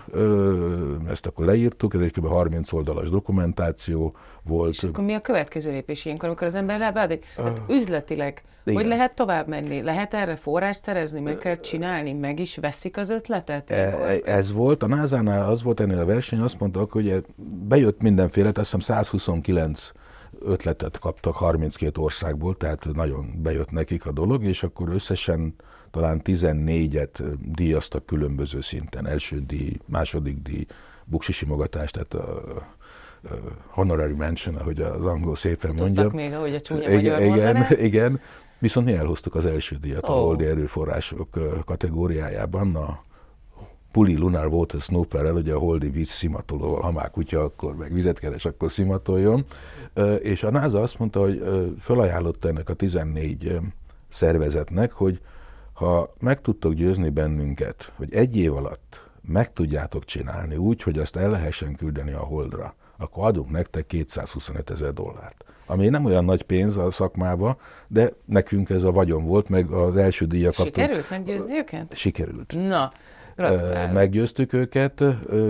A: ezt akkor leírtuk, ez egy kb. harminc oldalas dokumentáció volt.
B: És akkor mi a következő lépés ilyenkor, amikor az ember lebeadik? Hát üzletileg, igen. Hogy lehet tovább menni? Lehet erre forrást szerezni, meg kell csinálni? Meg is veszik az ötletet?
A: E, ez volt, a násánál az volt ennél a verseny, azt mondtak, hogy bejött mindenféle, azt hiszem száz huszonkilenc ötletet kaptak harminckét országból, tehát nagyon bejött nekik a dolog, és akkor összesen talán tizennégyet díjaztak különböző szinten. Első díj, második díj, buksisimogatás, tehát a, a honorary mention, ahogy az angol szépen mondja.
B: Tudtak még, ahogy a csúnya
A: igen,
B: magyar
A: igen,
B: mondaná.
A: igen, viszont mi elhoztuk az első díjat oh. a holdi erőforrások kategóriájában, a Puli Lunar Water Snooperrel, ugye a holdi víz szimatolóval, ha már kutya, akkor meg vizet keres, akkor szimatoljon. És a NASA azt mondta, hogy felajánlotta ennek a tizennégy szervezetnek, hogy ha meg tudtok győzni bennünket, hogy egy év alatt meg tudjátok csinálni úgy, hogy azt el lehessen küldeni a holdra, akkor adunk nektek kétszázhuszonöt ezer dollárt. Ami nem olyan nagy pénz a szakmába, de nekünk ez a vagyon volt, meg az első díjat kaptunk.
B: Sikerült meggyőzni őket?
A: Sikerült.
B: Na, gratulálok.
A: Meggyőztük őket,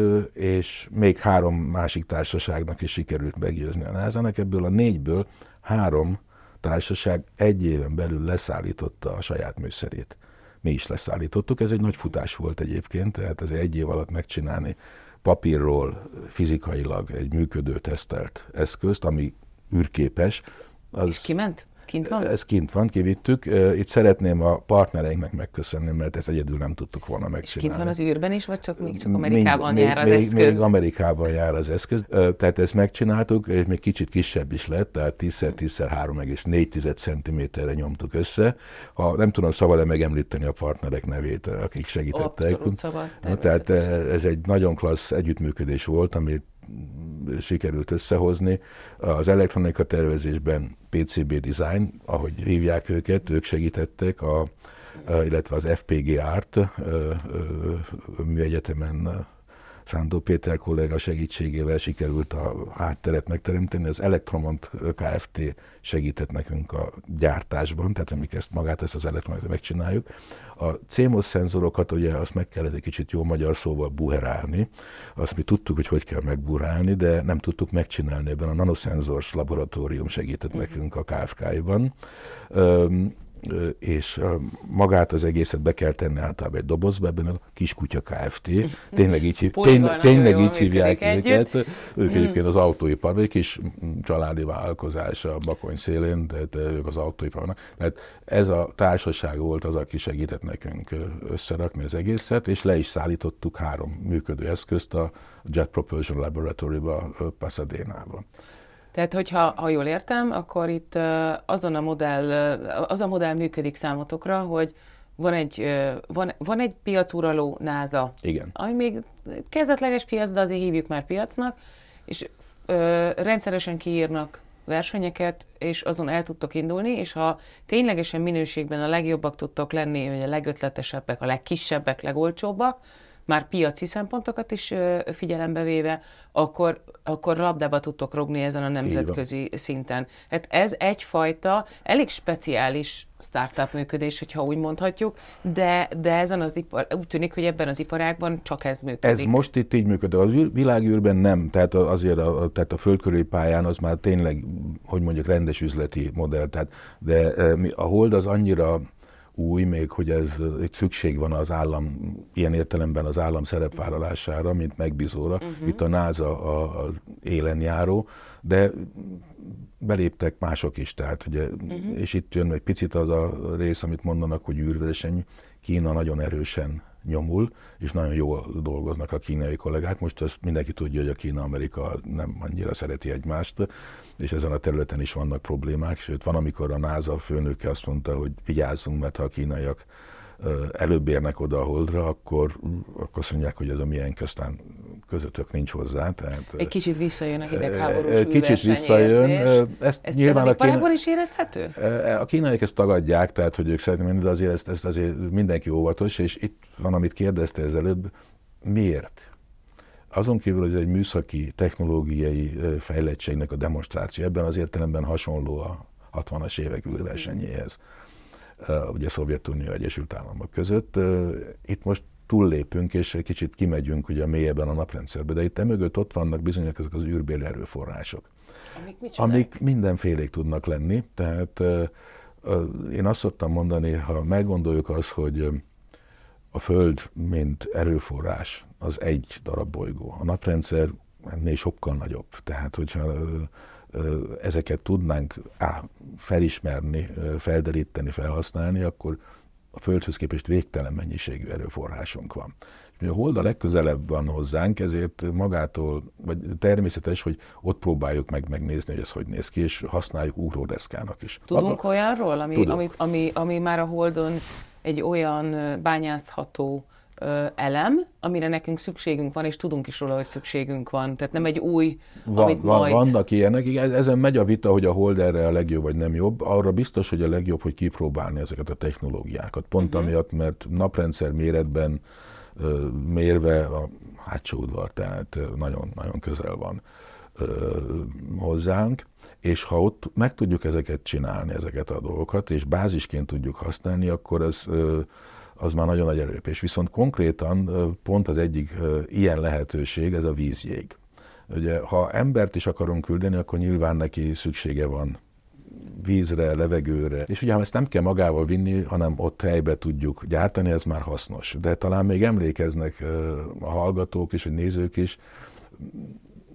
A: és még három másik társaságnak is sikerült meggyőzni a nászának. Ebből a négyből három társaság egy éven belül leszállította a saját műszerét. Mi is leszállítottuk, ez egy nagy futás volt egyébként, tehát ez egy év alatt megcsinálni papírról fizikailag egy működő tesztelt eszközt, ami űrképes. Az
B: és kiment? kint van?
A: Ez kint van, kivittük. Itt szeretném a partnereinknek megköszönni, mert ezt egyedül nem tudtuk volna megcsinálni.
B: És kint van az űrben is, vagy csak még csak Amerikában
A: még,
B: jár az
A: még,
B: eszköz?
A: Még Amerikában jár az eszköz. Tehát ezt megcsináltuk, és még kicsit kisebb is lett, tehát tíz tíz három egész négy centiméterre nyomtuk össze. Ha nem tudom, szabad-e megemlíteni a partnerek nevét, akik segítettek.
B: Abszolút szabad,
A: Tehát ez egy nagyon klassz együttműködés volt, amit sikerült összehozni. Az elektronika tervezésben pé cé bé Design, ahogy hívják őket, ők segítettek, a, illetve az ef pé gé Art műegyetemen Szándor Péter kolléga segítségével sikerült a hátteret megteremteni. Az Elektromont Kft. Segített nekünk a gyártásban, tehát amik ezt magát, ezt az elektronikát megcsináljuk. A cé em o es szenzorokat, ugye azt meg kellett egy kicsit jó magyar szóval buherálni. Azt mi tudtuk, hogy hogy kell megbuherálni, de nem tudtuk megcsinálni. Ebben a Nanosensors laboratórium segített uh-huh. nekünk a ká ef ká-ban. És magát az egészet be kell tenni általában egy dobozba, ebben a Kiskutya Kft. Tényleg így, hív, tényleg, tényleg így hívják őket. Ők egyébként az autóipar, vagy egy kis családi vállalkozás a Bakony szélén, tehát ők az autóiparnak. Tehát ez a társaság volt az, aki segített nekünk összerakni az egészet, és le is szállítottuk három működő eszközt a Jet Propulsion Laboratory-ba, Pasadena-ba.
B: Tehát, hogyha ha jól értem, akkor itt azon a modell, az a modell működik számotokra, hogy van egy, van, van egy piacuraló NASA,
A: igen.
B: ami még kezdetleges piac, de azért hívjuk már piacnak, és ö, rendszeresen kiírnak versenyeket, és azon el tudtok indulni, és ha ténylegesen minőségben a legjobbak tudtok lenni, vagy a legötletesebbek, a legkisebbek, legolcsóbbak, már piaci szempontokat is figyelembe véve, akkor, akkor labdába tudtok rogni ezen a nemzetközi szinten. Hát ez egyfajta elég speciális startup működés, hogyha úgy mondhatjuk, de, de ezen az ipar, úgy tűnik, hogy ebben az iparágban csak ez működik.
A: Ez most itt így működik. Az űr, világűrben nem, tehát azért a, tehát a földkörüli pályán az már tényleg, hogy mondjuk rendes üzleti modell, tehát, de a Hold az annyira új még, hogy ez egy szükség van az állam, ilyen értelemben az állam szerepvállalására, mint megbízóra. Uh-huh. Itt a NASA a, a élen járó, de beléptek mások is, tehát ugye, uh-huh. és itt jön egy picit az a rész, amit mondanak, hogy űrverseny. Kína nagyon erősen nyomul, és nagyon jól dolgoznak a kínai kollégák. Most azt mindenki tudja, hogy a Kína-Amerika nem annyira szereti egymást, és ezen a területen is vannak problémák, sőt van, amikor a NASA főnöke azt mondta, hogy vigyázzunk, mert ha a kínaiak előbb érnek oda a Holdra, akkor, akkor azt mondják, hogy ez a miénk, aztán közöttök nincs hozzá. Tehát,
B: egy kicsit visszajön a hidegháborús
A: kicsit visszajön.
B: Ezt ez, ez az iparágban is érezhető?
A: A kínaiak ezt tagadják, tehát hogy ők szeretnék, de azért ezt, ezt azért mindenki óvatos, és itt van, amit kérdezte az előbb, miért? Azon kívül, hogy ez egy műszaki, technológiai fejlettségnek a demonstráció, ebben az értelemben hasonló a hatvanas évek űrversenyéhez, ugye a Szovjetunió, Egyesült Államok között. Itt most túllépünk, és egy kicsit kimegyünk ugye mélyebben a naprendszerbe, de itt emögött ott vannak bizonyos ezek az űrbéli erőforrások, amik, amik mindenfélék tudnak lenni. Tehát én azt szoktam mondani, ha meggondoljuk azt, hogy a Föld, mint erőforrás, az egy darab bolygó. A naprendszer ennél sokkal nagyobb. Tehát, hogyha ezeket tudnánk á, felismerni, felderíteni, felhasználni, akkor a Földhöz képest végtelen mennyiségű erőforrásunk van. És a Hold a legközelebb van hozzánk, ezért magától, vagy természetes, hogy ott próbáljuk meg megnézni, hogy ez hogy néz ki, és használjuk ugródeszkának is.
B: Tudunk Maga... olyanról, ami, ami, ami, ami már a Holdon egy olyan bányászható elem, amire nekünk szükségünk van, és tudunk is róla, hogy szükségünk van. Tehát nem egy új,
A: van,
B: amit
A: van,
B: majd...
A: Vannak ilyenek, ezen megy a vita, hogy a Hold erre a legjobb, vagy nem jobb. Arra biztos, hogy a legjobb, hogy kipróbálni ezeket a technológiákat. Pont uh-huh. amiatt, mert naprendszer méretben uh, mérve a hátsó udvar, tehát nagyon-nagyon közel van uh, hozzánk. És ha ott meg tudjuk ezeket csinálni, ezeket a dolgokat, és bázisként tudjuk használni, akkor ez... Uh, az már nagyon nagy erőpés. Viszont konkrétan pont az egyik ilyen lehetőség, ez a vízjég. Ugye, ha embert is akarunk küldeni, akkor nyilván neki szüksége van vízre, levegőre. És ugye, ha ezt nem kell magával vinni, hanem ott helybe tudjuk gyártani, ez már hasznos. De talán még emlékeznek a hallgatók is, vagy nézők is,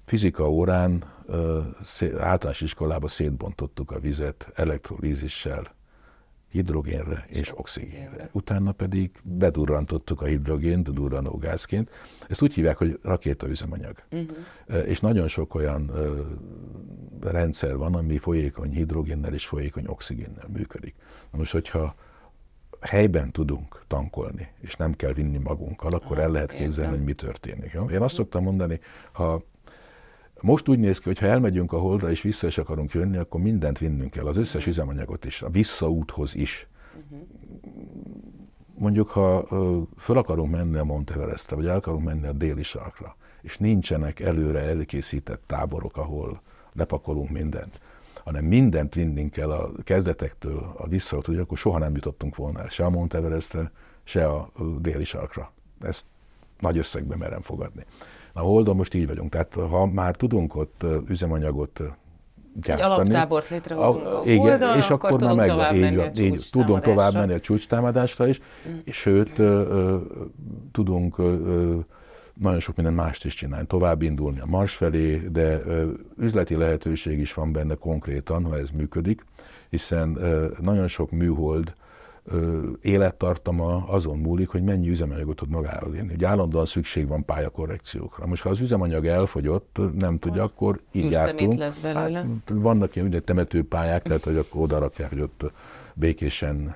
A: fizika órán általános iskolában szétbontottuk a vizet elektrolízissel, hidrogénre és, és oxigénre. Utána pedig bedurrantottuk a hidrogént, a durranógázként. Ezt úgy hívják, hogy rakétaüzemanyag. Uh-huh. És nagyon sok olyan rendszer van, ami folyékony hidrogénnel és folyékony oxigénnel működik. Na most, hogyha helyben tudunk tankolni, és nem kell vinni magunkkal, akkor ah, el lehet képzelni, hogy mi történik. Jó? Én azt szoktam mondani, ha most úgy néz ki, hogy ha elmegyünk a Holdra, és vissza is akarunk jönni, akkor mindent vinnünk kell, az összes üzemanyagot is, a visszaúthoz is. Uh-huh. Mondjuk, ha föl akarunk menni a Mount Everestre, vagy el akarunk menni a déli sarkra, és nincsenek előre elkészített táborok, ahol lepakolunk mindent, hanem mindent vinnünk kell a kezdetektől a visszaúthoz, akkor soha nem jutottunk volna el se a Mount Everestre, se a déli sarkra. Ezt nagy összegben merem fogadni. A Holdon most így vagyunk, tehát ha már tudunk ott üzemanyagot gyártani.
B: Egy alaptábort létrehozunk a, a
A: igen,
B: Holdon,
A: és
B: akkor,
A: akkor
B: tudunk
A: meg,
B: tovább
A: így,
B: menni a
A: így, tudunk tovább menni a csúcstámadásra is, mm. és sőt, ö, ö, tudunk ö, nagyon sok minden mást is csinálni, tovább indulni a Mars felé, de ö, üzleti lehetőség is van benne konkrétan, ha ez működik, hiszen ö, nagyon sok műhold élettartama azon múlik, hogy mennyi üzemanyagot tud magáról vinni. Ugye állandóan szükség van pályakorrekciókra. Most ha az üzemanyag elfogyott, nem tudja, akkor így jártunk.
B: Lesz belőle. Hát,
A: vannak ilyen ugye, temetőpályák, tehát hogy akkor oda rakják, hogy ott békésen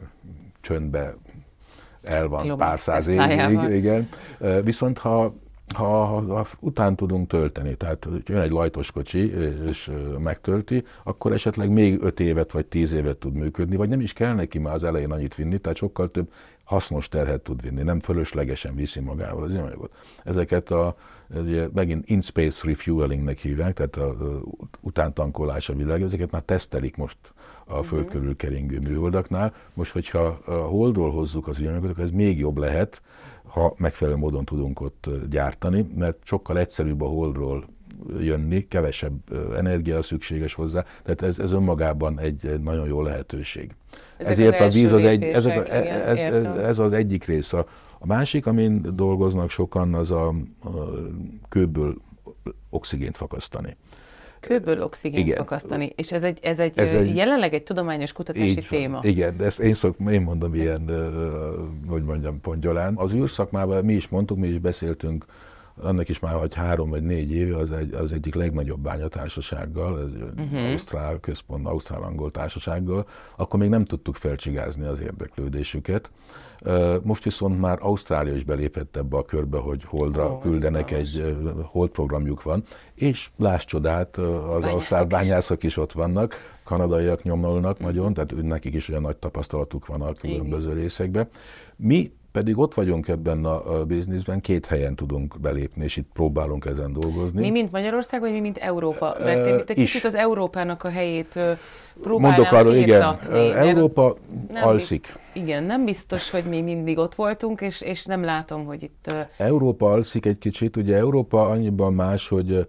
A: csöndbe el van Elon pár száz évig. Igen. Viszont ha Ha, ha, ha után tudunk tölteni, tehát jön egy lajtos kocsi és megtölti, akkor esetleg még öt évet vagy tíz évet tud működni, vagy nem is kell neki már az elején annyit vinni, tehát sokkal több hasznos terhet tud vinni, nem fölöslegesen viszi magával az üzemanyagot. Ezeket a, ugye, megint in-space refuelingnek hívják, tehát a, a utántankolás a világ, ezeket már tesztelik most a föld körül keringő műholdaknál. Most, hogyha a Holdról hozzuk az üzemanyagot, akkor ez még jobb lehet, ha megfelelő módon tudunk ott gyártani, mert sokkal egyszerűbb a Holdról jönni, kevesebb energia szükséges hozzá, tehát ez, ez önmagában egy, egy nagyon jó lehetőség. Ezek Ezért az a víz az egy, ezek a, ez, ez, ez az egyik rész. A, a másik, amin dolgoznak sokan, az a, a kőből oxigént fakasztani.
B: Kőből oxigént igen. fakasztani, és ez egy, ez egy, ez egy jelenleg egy tudományos kutatási téma.
A: Igen, de ezt én, szok, én mondom ilyen, hogy mondjam, pongyolán. Az űrszakmában mi is mondtuk, mi is beszéltünk, annak is már vagy három vagy négy éve, az, egy, az egyik legnagyobb bányatársasággal, ez uh-huh. Ausztrál központ, Ausztrál-angol társasággal, akkor még nem tudtuk felcsigázni az érdeklődésüket. Most viszont már Ausztrália is belépett ebbe a körbe, hogy Holdra oh, küldenek, egy Hold programjuk van, és láss csodát, az bányászok ausztrál bányászok is ott vannak, kanadaiak nyomolnak uh-huh. nagyon, tehát nekik is olyan nagy tapasztalatuk van a különböző részekben. Mi pedig ott vagyunk ebben a bizniszben, két helyen tudunk belépni, és itt próbálunk ezen dolgozni.
B: Mi, mint Magyarország, vagy mi, mint Európa? Mert én itt egy kicsit az Európának a helyét próbálnám
A: Mondok arról,
B: firtatni.
A: Igen, Európa alszik.
B: Bizt, igen, nem biztos, hogy mi mindig ott voltunk, és, és nem látom, hogy itt...
A: Európa alszik egy kicsit. Ugye Európa annyiban más, hogy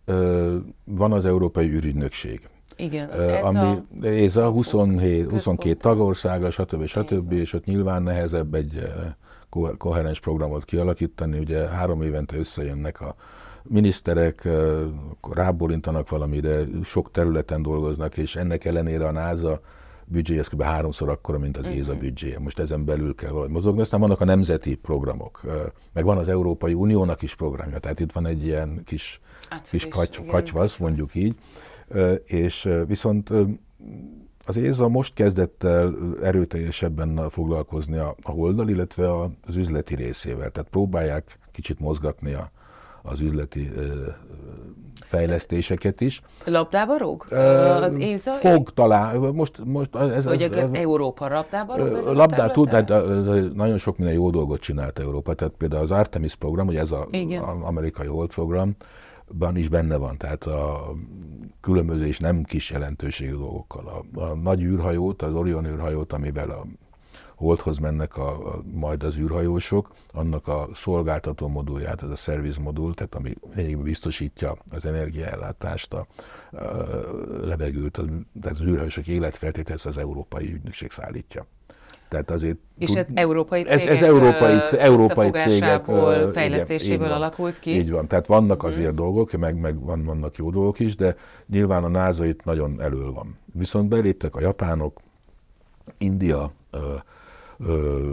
A: van az Európai űrügynökség.
B: Igen, az e
A: zé á, ami é zé á huszonhét, huszonkettő tagországa, stb. stb. És ott nyilván nehezebb egy koherens programot kialakítani. Ugye három évente összejönnek a miniszterek, rábólintanak valamire, sok területen dolgoznak, és ennek ellenére a NASA büdzséje kb. háromszor akkora, mint az uh-huh. é zé á büdzséje. Most ezen belül kell valahogy mozogni. Aztán vannak a nemzeti programok, meg van az Európai Uniónak is programja, tehát itt van egy ilyen kis, kis katy, katyvasz, mondjuk így. És viszont az é zé á most kezdett el erőteljesebben foglalkozni a, a Holddal, illetve az üzleti részével. Tehát próbálják kicsit mozgatni a, az üzleti fejlesztéseket is.
B: Labdába rúg? Az é zé á?
A: Fog talán. Most, most ez,
B: Vagy
A: ez, ez,
B: Európa labdába rúg?
A: Labdát tud, hát nagyon sok minden jó dolgot csinált Európa. Tehát például az Artemis program, ugye ez az amerikai Hold program, ban is benne van, tehát a különböző és nem kis jelentőségű dolgokkal. A, a nagy űrhajót, az Orion űrhajót, amivel a Holdhoz mennek a, a, majd az űrhajósok, annak a szolgáltató modulját, ez a service modul, tehát ami biztosítja az energiaellátást, a, a levegőt, a, tehát az űrhajósok életfeltételét az Európai Ügynökség szállítja. Tehát azért
B: és
A: tud,
B: ez európai
A: cégek,
B: ez, ez
A: európai, európai cégek
B: fejlesztéséből
A: igen,
B: alakult ki.
A: Így van, tehát vannak azért uh-huh. dolgok, meg, meg van, vannak jó dolgok is, de nyilván a NASA itt nagyon elől van. Viszont beléptek a japánok, India, ö, ö,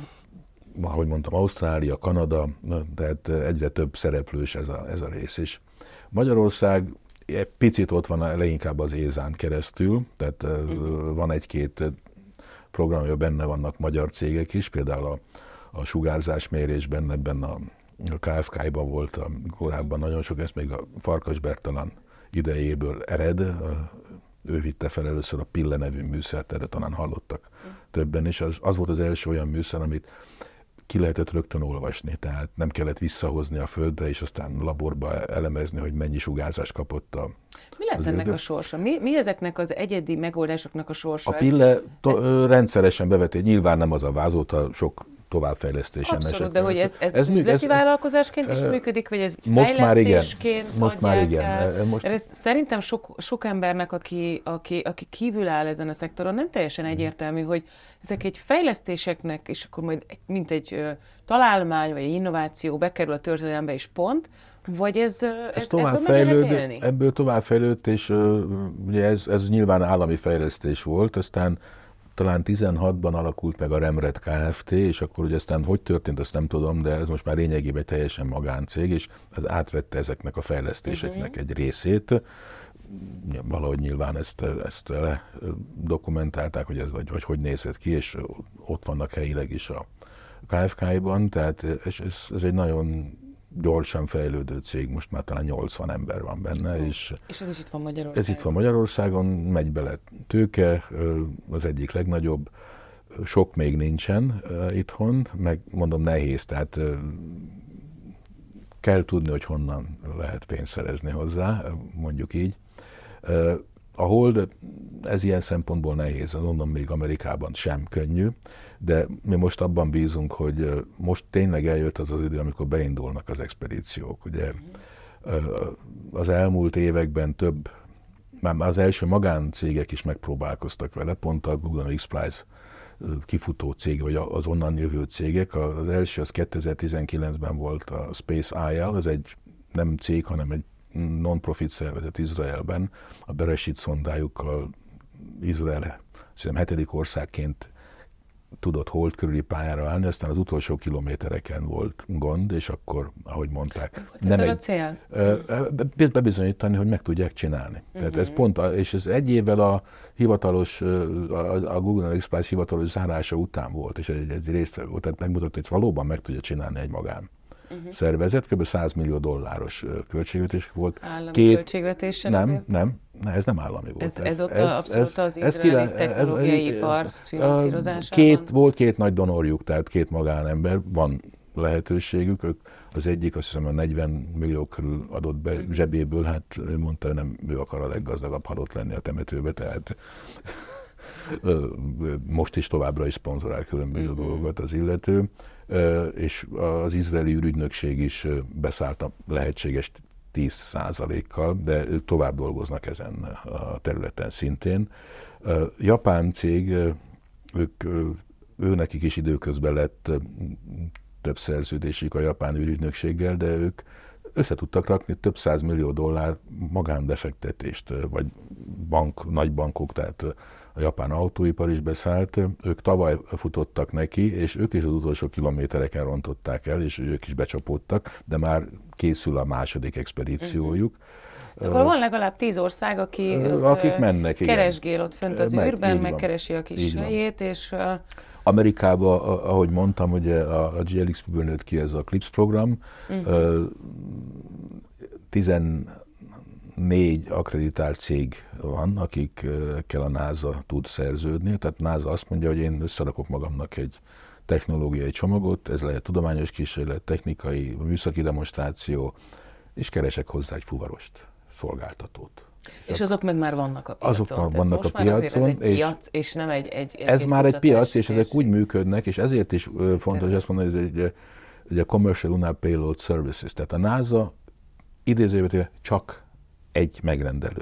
A: ahogy mondtam, Ausztrália, Kanada, tehát egyre több szereplős ez a, ez a rész is. Magyarország egy picit ott van leginkább az ézán keresztül, tehát uh-huh. van egy-két program, amiben benne vannak magyar cégek is, például a, a sugárzásmérésben, ebben a, a ká ef ká-ban volt a, korábban nagyon sok, ez még a Farkas Bertalan idejéből ered, ő vitte fel először a Pille nevű műszert, erre talán hallottak uh-huh. többen is, az, az volt az első olyan műszer, amit ki lehetett rögtön olvasni, tehát nem kellett visszahozni a földre, és aztán laborba elemezni, hogy mennyi sugárzást kapott a...
B: Mi lett ennek a sorsa? Mi, mi ezeknek az egyedi megoldásoknak a sorsa?
A: A Pille to- ezt... rendszeresen bevették, nyilván nem az a vázóta, sok továbbfejlesztésen.
B: Abszolút, de hogy ez, ez, ez üzleti ez, vállalkozásként is működik, vagy ez
A: most
B: fejlesztésként
A: már most már igen.
B: El?
A: Most...
B: Ez szerintem sok, sok embernek, aki, aki, aki kívül áll ezen a szektoron, nem teljesen egyértelmű, hogy ezek egy fejlesztéseknek, és akkor majd mint egy uh, találmány, vagy egy innováció bekerül a történelembe és pont, vagy ez, ez, ez
A: tovább
B: ebből
A: fejlőd,
B: meg lehet élni?
A: Ebből továbbfejlődött, és uh, ugye ez, ez nyilván állami fejlesztés volt, aztán talán tizenhatban alakult meg a Remret Kft., és akkor ugye aztán hogy történt, azt nem tudom, de ez most már lényegében teljesen magáncég, és ez átvette ezeknek a fejlesztéseknek uh-huh. egy részét. Valahogy nyilván ezt, ezt dokumentálták, hogy ez vagy, vagy hogy nézett ki, és ott vannak helyileg is a ká ef ká-ban, tehát és ez, ez egy nagyon gyorsan fejlődő cég, most már talán nyolcvan ember van benne. Oh. És,
B: és ez is itt van Magyarországon?
A: Ez itt van Magyarországon, megy bele tőke, az egyik legnagyobb, sok még nincsen itthon, meg mondom nehéz, tehát kell tudni, hogy honnan lehet pénzt szerezni hozzá, mondjuk így. A Hold, ez ilyen szempontból nehéz, mondom, még Amerikában sem könnyű, de mi most abban bízunk, hogy most tényleg eljött az az idő, amikor beindulnak az expedíciók. Ugye az elmúlt években több, már az első magáncégek is megpróbálkoztak vele, pont a Google X-Prize kifutó cég, vagy az onnan jövő cégek. Az első az kétezer-tizenkilencben volt a Space i el, ez egy nem cég, hanem egy non-profit szervezet Izraelben, a Beresit szondájukkal Izrael, szerintem hetedik országként tudott hold körüli pályára állni, aztán az utolsó kilométereken volt gond, és akkor, ahogy mondták,
B: nem egy, a cél?
A: Be, bebizonyítani, hogy meg tudják csinálni. Uh-huh. Tehát ez pont, a, és ez egy évvel a hivatalos, a, a Google X-Prize hivatalos zárása után volt, és egy, egy részt volt, tehát megmutatta, hogy valóban meg tudja csinálni egy magán. Uh-huh. szervezet, kb. száz millió dolláros költségvetés volt.
B: Állami Két... költségvetéssel
A: nem,
B: azért?
A: Nem, nem, ez nem állami volt.
B: Ez, ez, ez ott ez, abszolút ez, az izraeli technológiai ipar finanszírozásában?
A: Két, volt két nagy donorjuk, tehát két magánember, van lehetőségük, ők az egyik azt hiszem a negyven millió körül adott be uh-huh. zsebéből, hát ő mondta, nem ő akar a leggazdagabb halott lenni a temetőbe, tehát most is továbbra is szponzorál különböző uh-huh. dolgokat az illető, és az izraeli ürügynökség is beszállt a lehetséges tíz százalékkal, de ők tovább dolgoznak ezen a területen szintén. Japán cég, ők, ő nekik is időközben lett több szerződésük a japán ürügynökséggel, de ők össze tudtak rakni több száz millió dollár magánbefektetést, vagy bank, nagy bankok, tehát a japán autóipar is beszállt, ők tavaly futottak neki, és ők is az utolsó kilométereken rontották el, és ők is becsapódtak, de már készül a második expedíciójuk. Uh-huh.
B: Szóval uh, van legalább tíz ország, aki
A: akik mennek,
B: keresgél ott fönt az
A: meg,
B: űrben, megkeresi a kis helyét, és... Uh,
A: Amerikában, ahogy mondtam, ugye a, a gé el iksz pé-ből nőtt ki ez a CLIPS program, uh-huh. uh, tizennégy akkreditált cég van, akikkel a NASA tud szerződni. Tehát NASA azt mondja, hogy én összerakok magamnak egy technológiai csomagot, ez lehet tudományos kísérlet, technikai, műszaki demonstráció, és keresek hozzá egy fuvarost, szolgáltatót.
B: És azok meg már vannak a piacon.
A: Azok vannak
B: most
A: a piacon.
B: Most már ez egy piac, és nem egy, egy, egy
A: Ez
B: egy
A: már egy piac, és ezek úgy működnek, és ezért is fontos azt mondani, hogy ez egy, egy a Commercial Lunar Payload Services. Tehát a NASA idézőjelben csak egy megrendelő.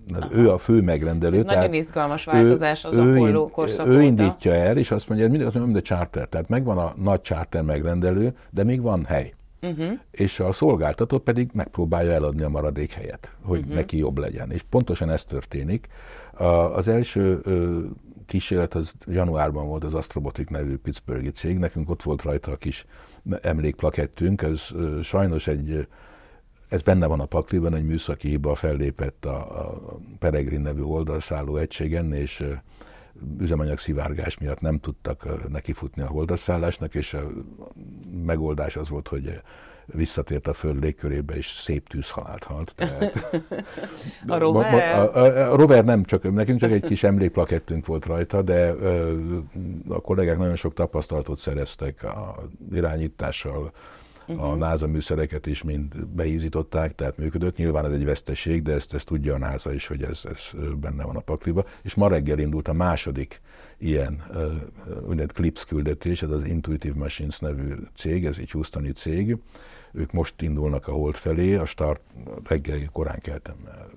A: ő a fő megrendelő.
B: Ez nagyon izgalmas változás az Apollo korszak óta.
A: Ő indítja el, és azt mondja, hogy mindig azt mondja, mint a charter. Tehát megvan a nagy charter megrendelő, de még van hely. Uh-huh. És a szolgáltató pedig megpróbálja eladni a maradék helyet, hogy uh-huh. neki jobb legyen. És pontosan ez történik. A, az első ö, kísérlet az januárban volt, az Astrobotic nevű pittsburghi cég. Nekünk ott volt rajta a kis emlékplakettünk. Ez ö, sajnos egy, ez benne van a pakliban, egy műszaki hiba fellépett a, a Peregrine nevű oldalszálló egységen, és ö, üzemanyag szivárgás miatt nem tudtak nekifutni a holdasszállásnak, és a megoldás az volt, hogy visszatért a Föld légkörébe, és szép tűzhalált halt. Tehát,
B: a rover?
A: A, a, a rover nem, csak nekünk csak egy kis emlékplakettünk volt rajta, de a kollégák nagyon sok tapasztalatot szereztek a irányítással, a NASA műszereket is mind beízították, tehát működött. Nyilván ez egy veszteség, de ezt, ezt tudja a NASA is, hogy ez, ez benne van a pakliba. És ma reggel indult a második ilyen úgynevezett CLIPS küldetés, ez az Intuitive Machines nevű cég, ez egy houstoni cég. Ők most indulnak a Hold felé, a start reggel korán keltem.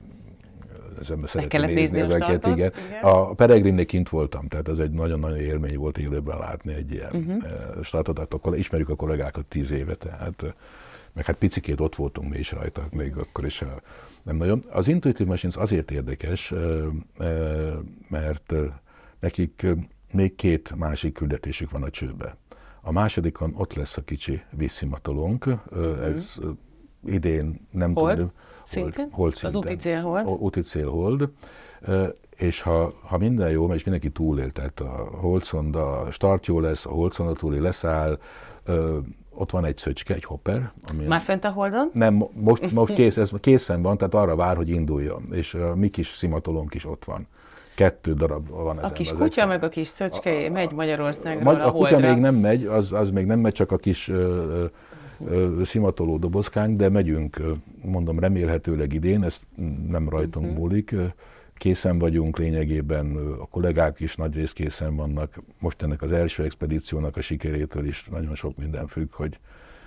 B: Meg kellett nézni a startot.
A: Igen. A Peregrinnél kint voltam, tehát ez egy nagyon-nagyon élmény volt élőben látni egy ilyen uh-huh. startot. Akkor ismerjük a kollégákat tíz éve, tehát meg hát picikét ott voltunk mi is rajta, még akkor is nem nagyon. Az Intuitive Machines azért érdekes, mert nekik még két másik küldetésük van a csőbe. A másodikon ott lesz a kicsi vízszimatolónk, uh-huh. ez idén nem
B: Hold?
A: tudom.
B: Szinten?
A: Hold szinten.
B: Az úti célhold?
A: Úti célhold. És ha, ha minden jó, és mindenki túlél, tehát a holdszonda, a start jó lesz, a holdszonda túli leszáll, ott van egy szöcske, egy hopper. Ami
B: Már fent a Holdon?
A: Nem, most, most kész, ez készen van, tehát arra vár, hogy induljon, és a mi kis szimatolónk is ott van. Kettő darab van ezen.
B: A kis kutya egy, meg a kis szöcske a, megy Magyarországról a,
A: a, a
B: Holdra.
A: A kutya még nem megy, az, az még nem megy, csak a kis ö, ö, szimatoló dobozkánk, de megyünk, mondom, remélhetőleg idén, ez nem rajtunk uh-huh. múlik. Készen vagyunk lényegében, a kollégák is nagyrészt készen vannak. Most ennek az első expedíciónak a sikerétől is nagyon sok minden függ, hogy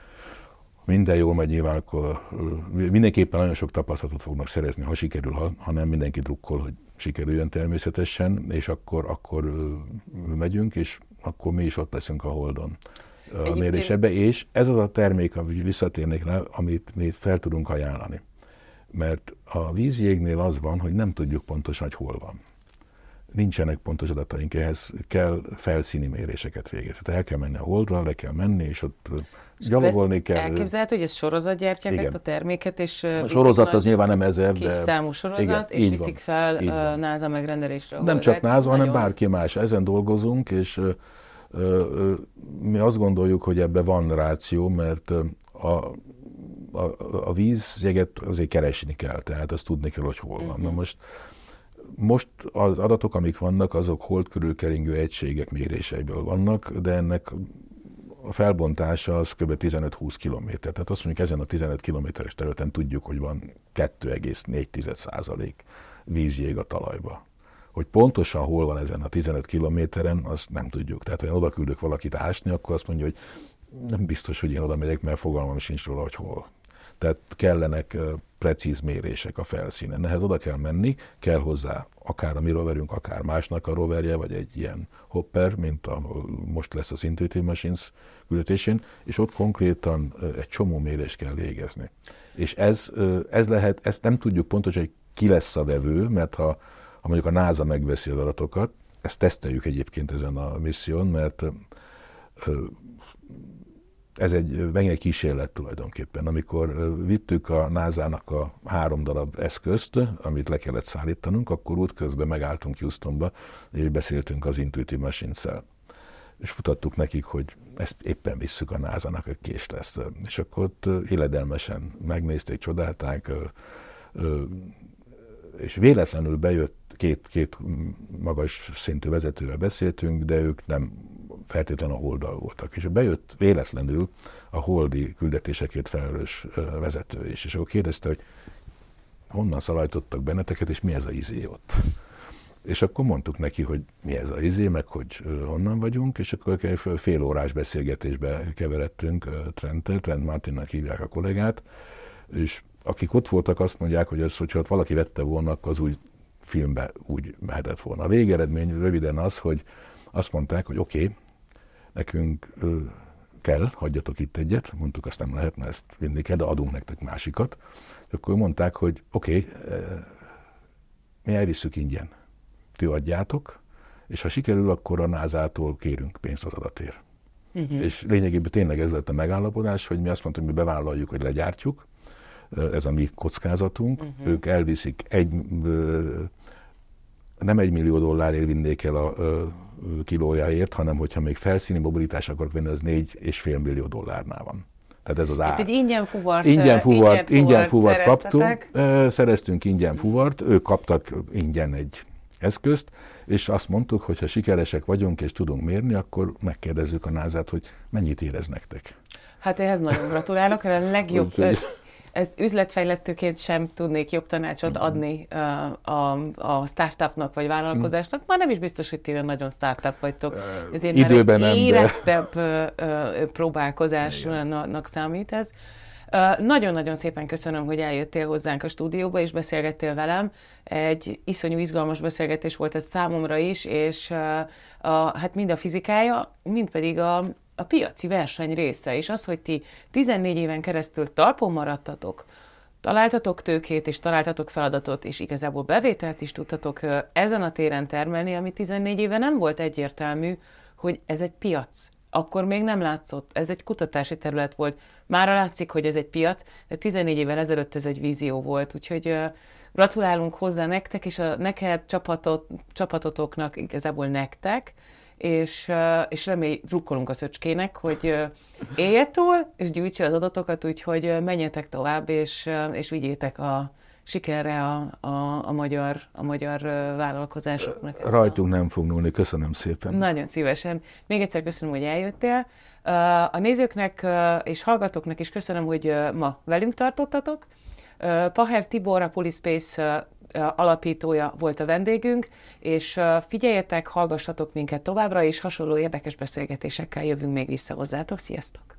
A: minden jól megy, nyilván, akkor mindenképpen nagyon sok tapasztalatot fognak szerezni, ha sikerül, ha, ha nem, mindenki drukkol, hogy sikerüljön természetesen, és akkor, akkor megyünk, és akkor mi is ott leszünk a Holdon a mérésebe, és ez az a termék, amit visszatérnék rá, amit mi fel tudunk ajánlani. Mert a vízjégnél az van, hogy nem tudjuk pontosan, hogy hol van. Nincsenek pontos adataink, ehhez kell felszíni méréseket végezni. Tehát el kell menni a Holdra, le kell menni, és ott és gyalogolni kell.
B: Elképzelhető, hogy ezt sorozatgyártják, igen, ezt a terméket, és
A: a sorozat az nyilván nem ezer,
B: kis
A: de...
B: számú sorozat, igen, és viszik van, fel NASA megrendelésre.
A: Nem csak NASA, hanem bárki más. Ezen dolgozunk, és ö, ö, mi azt gondoljuk, hogy ebbe van ráció, mert a, a, a vízjeget azért keresni kell, tehát azt tudni kell, hogy hol van. Uh-huh. Na most Most az adatok, amik vannak, azok hold körül keringő egységek méréseiből vannak, de ennek a felbontása az kb. tizenöt-húsz kilométer. Tehát azt mondjuk, ezen a tizenöt kilométeres területen tudjuk, hogy van kettő egész négy százalék vízjég a talajba. Hogy pontosan hol van ezen a tizenöt kilométeren, azt nem tudjuk. Tehát, ha én oda küldök valakit ásni, akkor azt mondja, hogy nem biztos, hogy én oda megyek, mert fogalmam sincs róla, hogy hol. Tehát kellenek precíz mérések a felszínen. Ehhez oda kell menni, kell hozzá akár a mi roverünk, akár másnak a roverje, vagy egy ilyen hopper, mint ahol most lesz az Intuitive Machines küldetésén, és ott konkrétan egy csomó mérést kell végezni. És ez, ez lehet, ezt nem tudjuk pontosan, hogy ki lesz a vevő, mert ha, ha mondjuk a NASA megveszi az adatokat, ezt teszteljük egyébként ezen a misszión, mert ez egy, megint egy kísérlet tulajdonképpen. Amikor vittük a nászának a három darab eszközt, amit le kellett szállítanunk, akkor útközben megálltunk Houstonba, és beszéltünk az Intuitive Machines-szel. És mutattuk nekik, hogy ezt éppen visszük a nászának, hogy kés lesz. És akkor ott éledelmesen megnézték, csodálták, és véletlenül bejött, két, két magas szintű vezetővel beszéltünk, de ők nem feltétlenül a Holddal voltak. És bejött véletlenül a holdi küldetésekért felelős vezető is. És akkor kérdezte, hogy honnan szalajtottak benneteket, és mi ez a izé ott. És akkor mondtuk neki, hogy mi ez a izé, meg hogy honnan vagyunk, és akkor fél órás beszélgetésbe keveredtünk Trenttel, Trent Martinnak hívják a kollégát, és akik ott voltak, azt mondják, hogy az, hogyha ott valaki vette volna, akkor az úgy filmbe úgy mehetett volna. A végeredmény röviden az, hogy azt mondták, hogy oké, okay, nekünk ö, kell, hagyjatok itt egyet, mondtuk, azt nem lehet, mert ezt vinni kell, de adunk nektek másikat. És akkor mondták, hogy oké, okay, mi elvisszük ingyen, ti adjátok, és ha sikerül, akkor a názától kérünk pénzt az adatért. Uh-huh. És lényegében tényleg ez lett a megállapodás, hogy mi azt mondtuk, hogy mi bevállaljuk, hogy legyártjuk, ez a mi kockázatunk, uh-huh. ők elviszik egy, nem egy millió dollárért vinnék el a kilójáért, hanem hogyha még felszíni mobilitás akarok venni, az négy és fél millió dollárnál van. Tehát ez az ár.
B: Egy ingyen fuvart,
A: ingyen fuvart, ingyen
B: ingyen
A: fuvart kaptunk, szereztünk ingyen fuvart, ők kaptak ingyen egy eszközt, és azt mondtuk, hogy ha sikeresek vagyunk és tudunk mérni, akkor megkérdezzük a názát, hogy mennyit érez nektek.
B: Hát ehhez nagyon gratulálok, a legjobb, ez üzletfejlesztőként sem tudnék jobb tanácsot adni a, a, a startupnak vagy vállalkozásnak. Már nem is biztos, hogy ti nagyon startup vagytok. Ezért
A: időben
B: már egy
A: nem,
B: érettebb de... próbálkozásnak számít ez. Nagyon-nagyon szépen köszönöm, hogy eljöttél hozzánk a stúdióba, és beszélgettél velem. Egy iszonyú izgalmas beszélgetés volt ez számomra is, és a, hát mind a fizikája, mind pedig a, a piaci verseny része. És az, hogy ti tizennégy éven keresztül talpon maradtatok, találtatok tőkét, és találtatok feladatot, és igazából bevételt is tudtatok ezen a téren termelni, ami tizennégy éve nem volt egyértelmű, hogy ez egy piac. Akkor még nem látszott, ez egy kutatási terület volt. Mára látszik, hogy ez egy piac, de tizennégy évvel ezelőtt ez egy vízió volt, úgyhogy uh, gratulálunk hozzá nektek, és a neked csapatot, csapatotoknak, igazából nektek, és, uh, és remély, drukkolunk a Szöcskének, hogy uh, élje túl, és gyűjtse az adatokat, úgyhogy uh, menjetek tovább, és, uh, és vigyétek a sikerre a, a, a magyar, a magyar vállalkozásoknak. Ezt
A: Rajtunk
B: a...
A: nem fog múlni, köszönöm szépen.
B: Nagyon szívesen. Még egyszer köszönöm, hogy eljöttél. A nézőknek és hallgatóknak is köszönöm, hogy ma velünk tartottatok. Paher Tibor, a Polispace alapítója volt a vendégünk, és figyeljetek, hallgassatok minket továbbra, és hasonló érdekes beszélgetésekkel jövünk még vissza hozzátok. Sziasztok!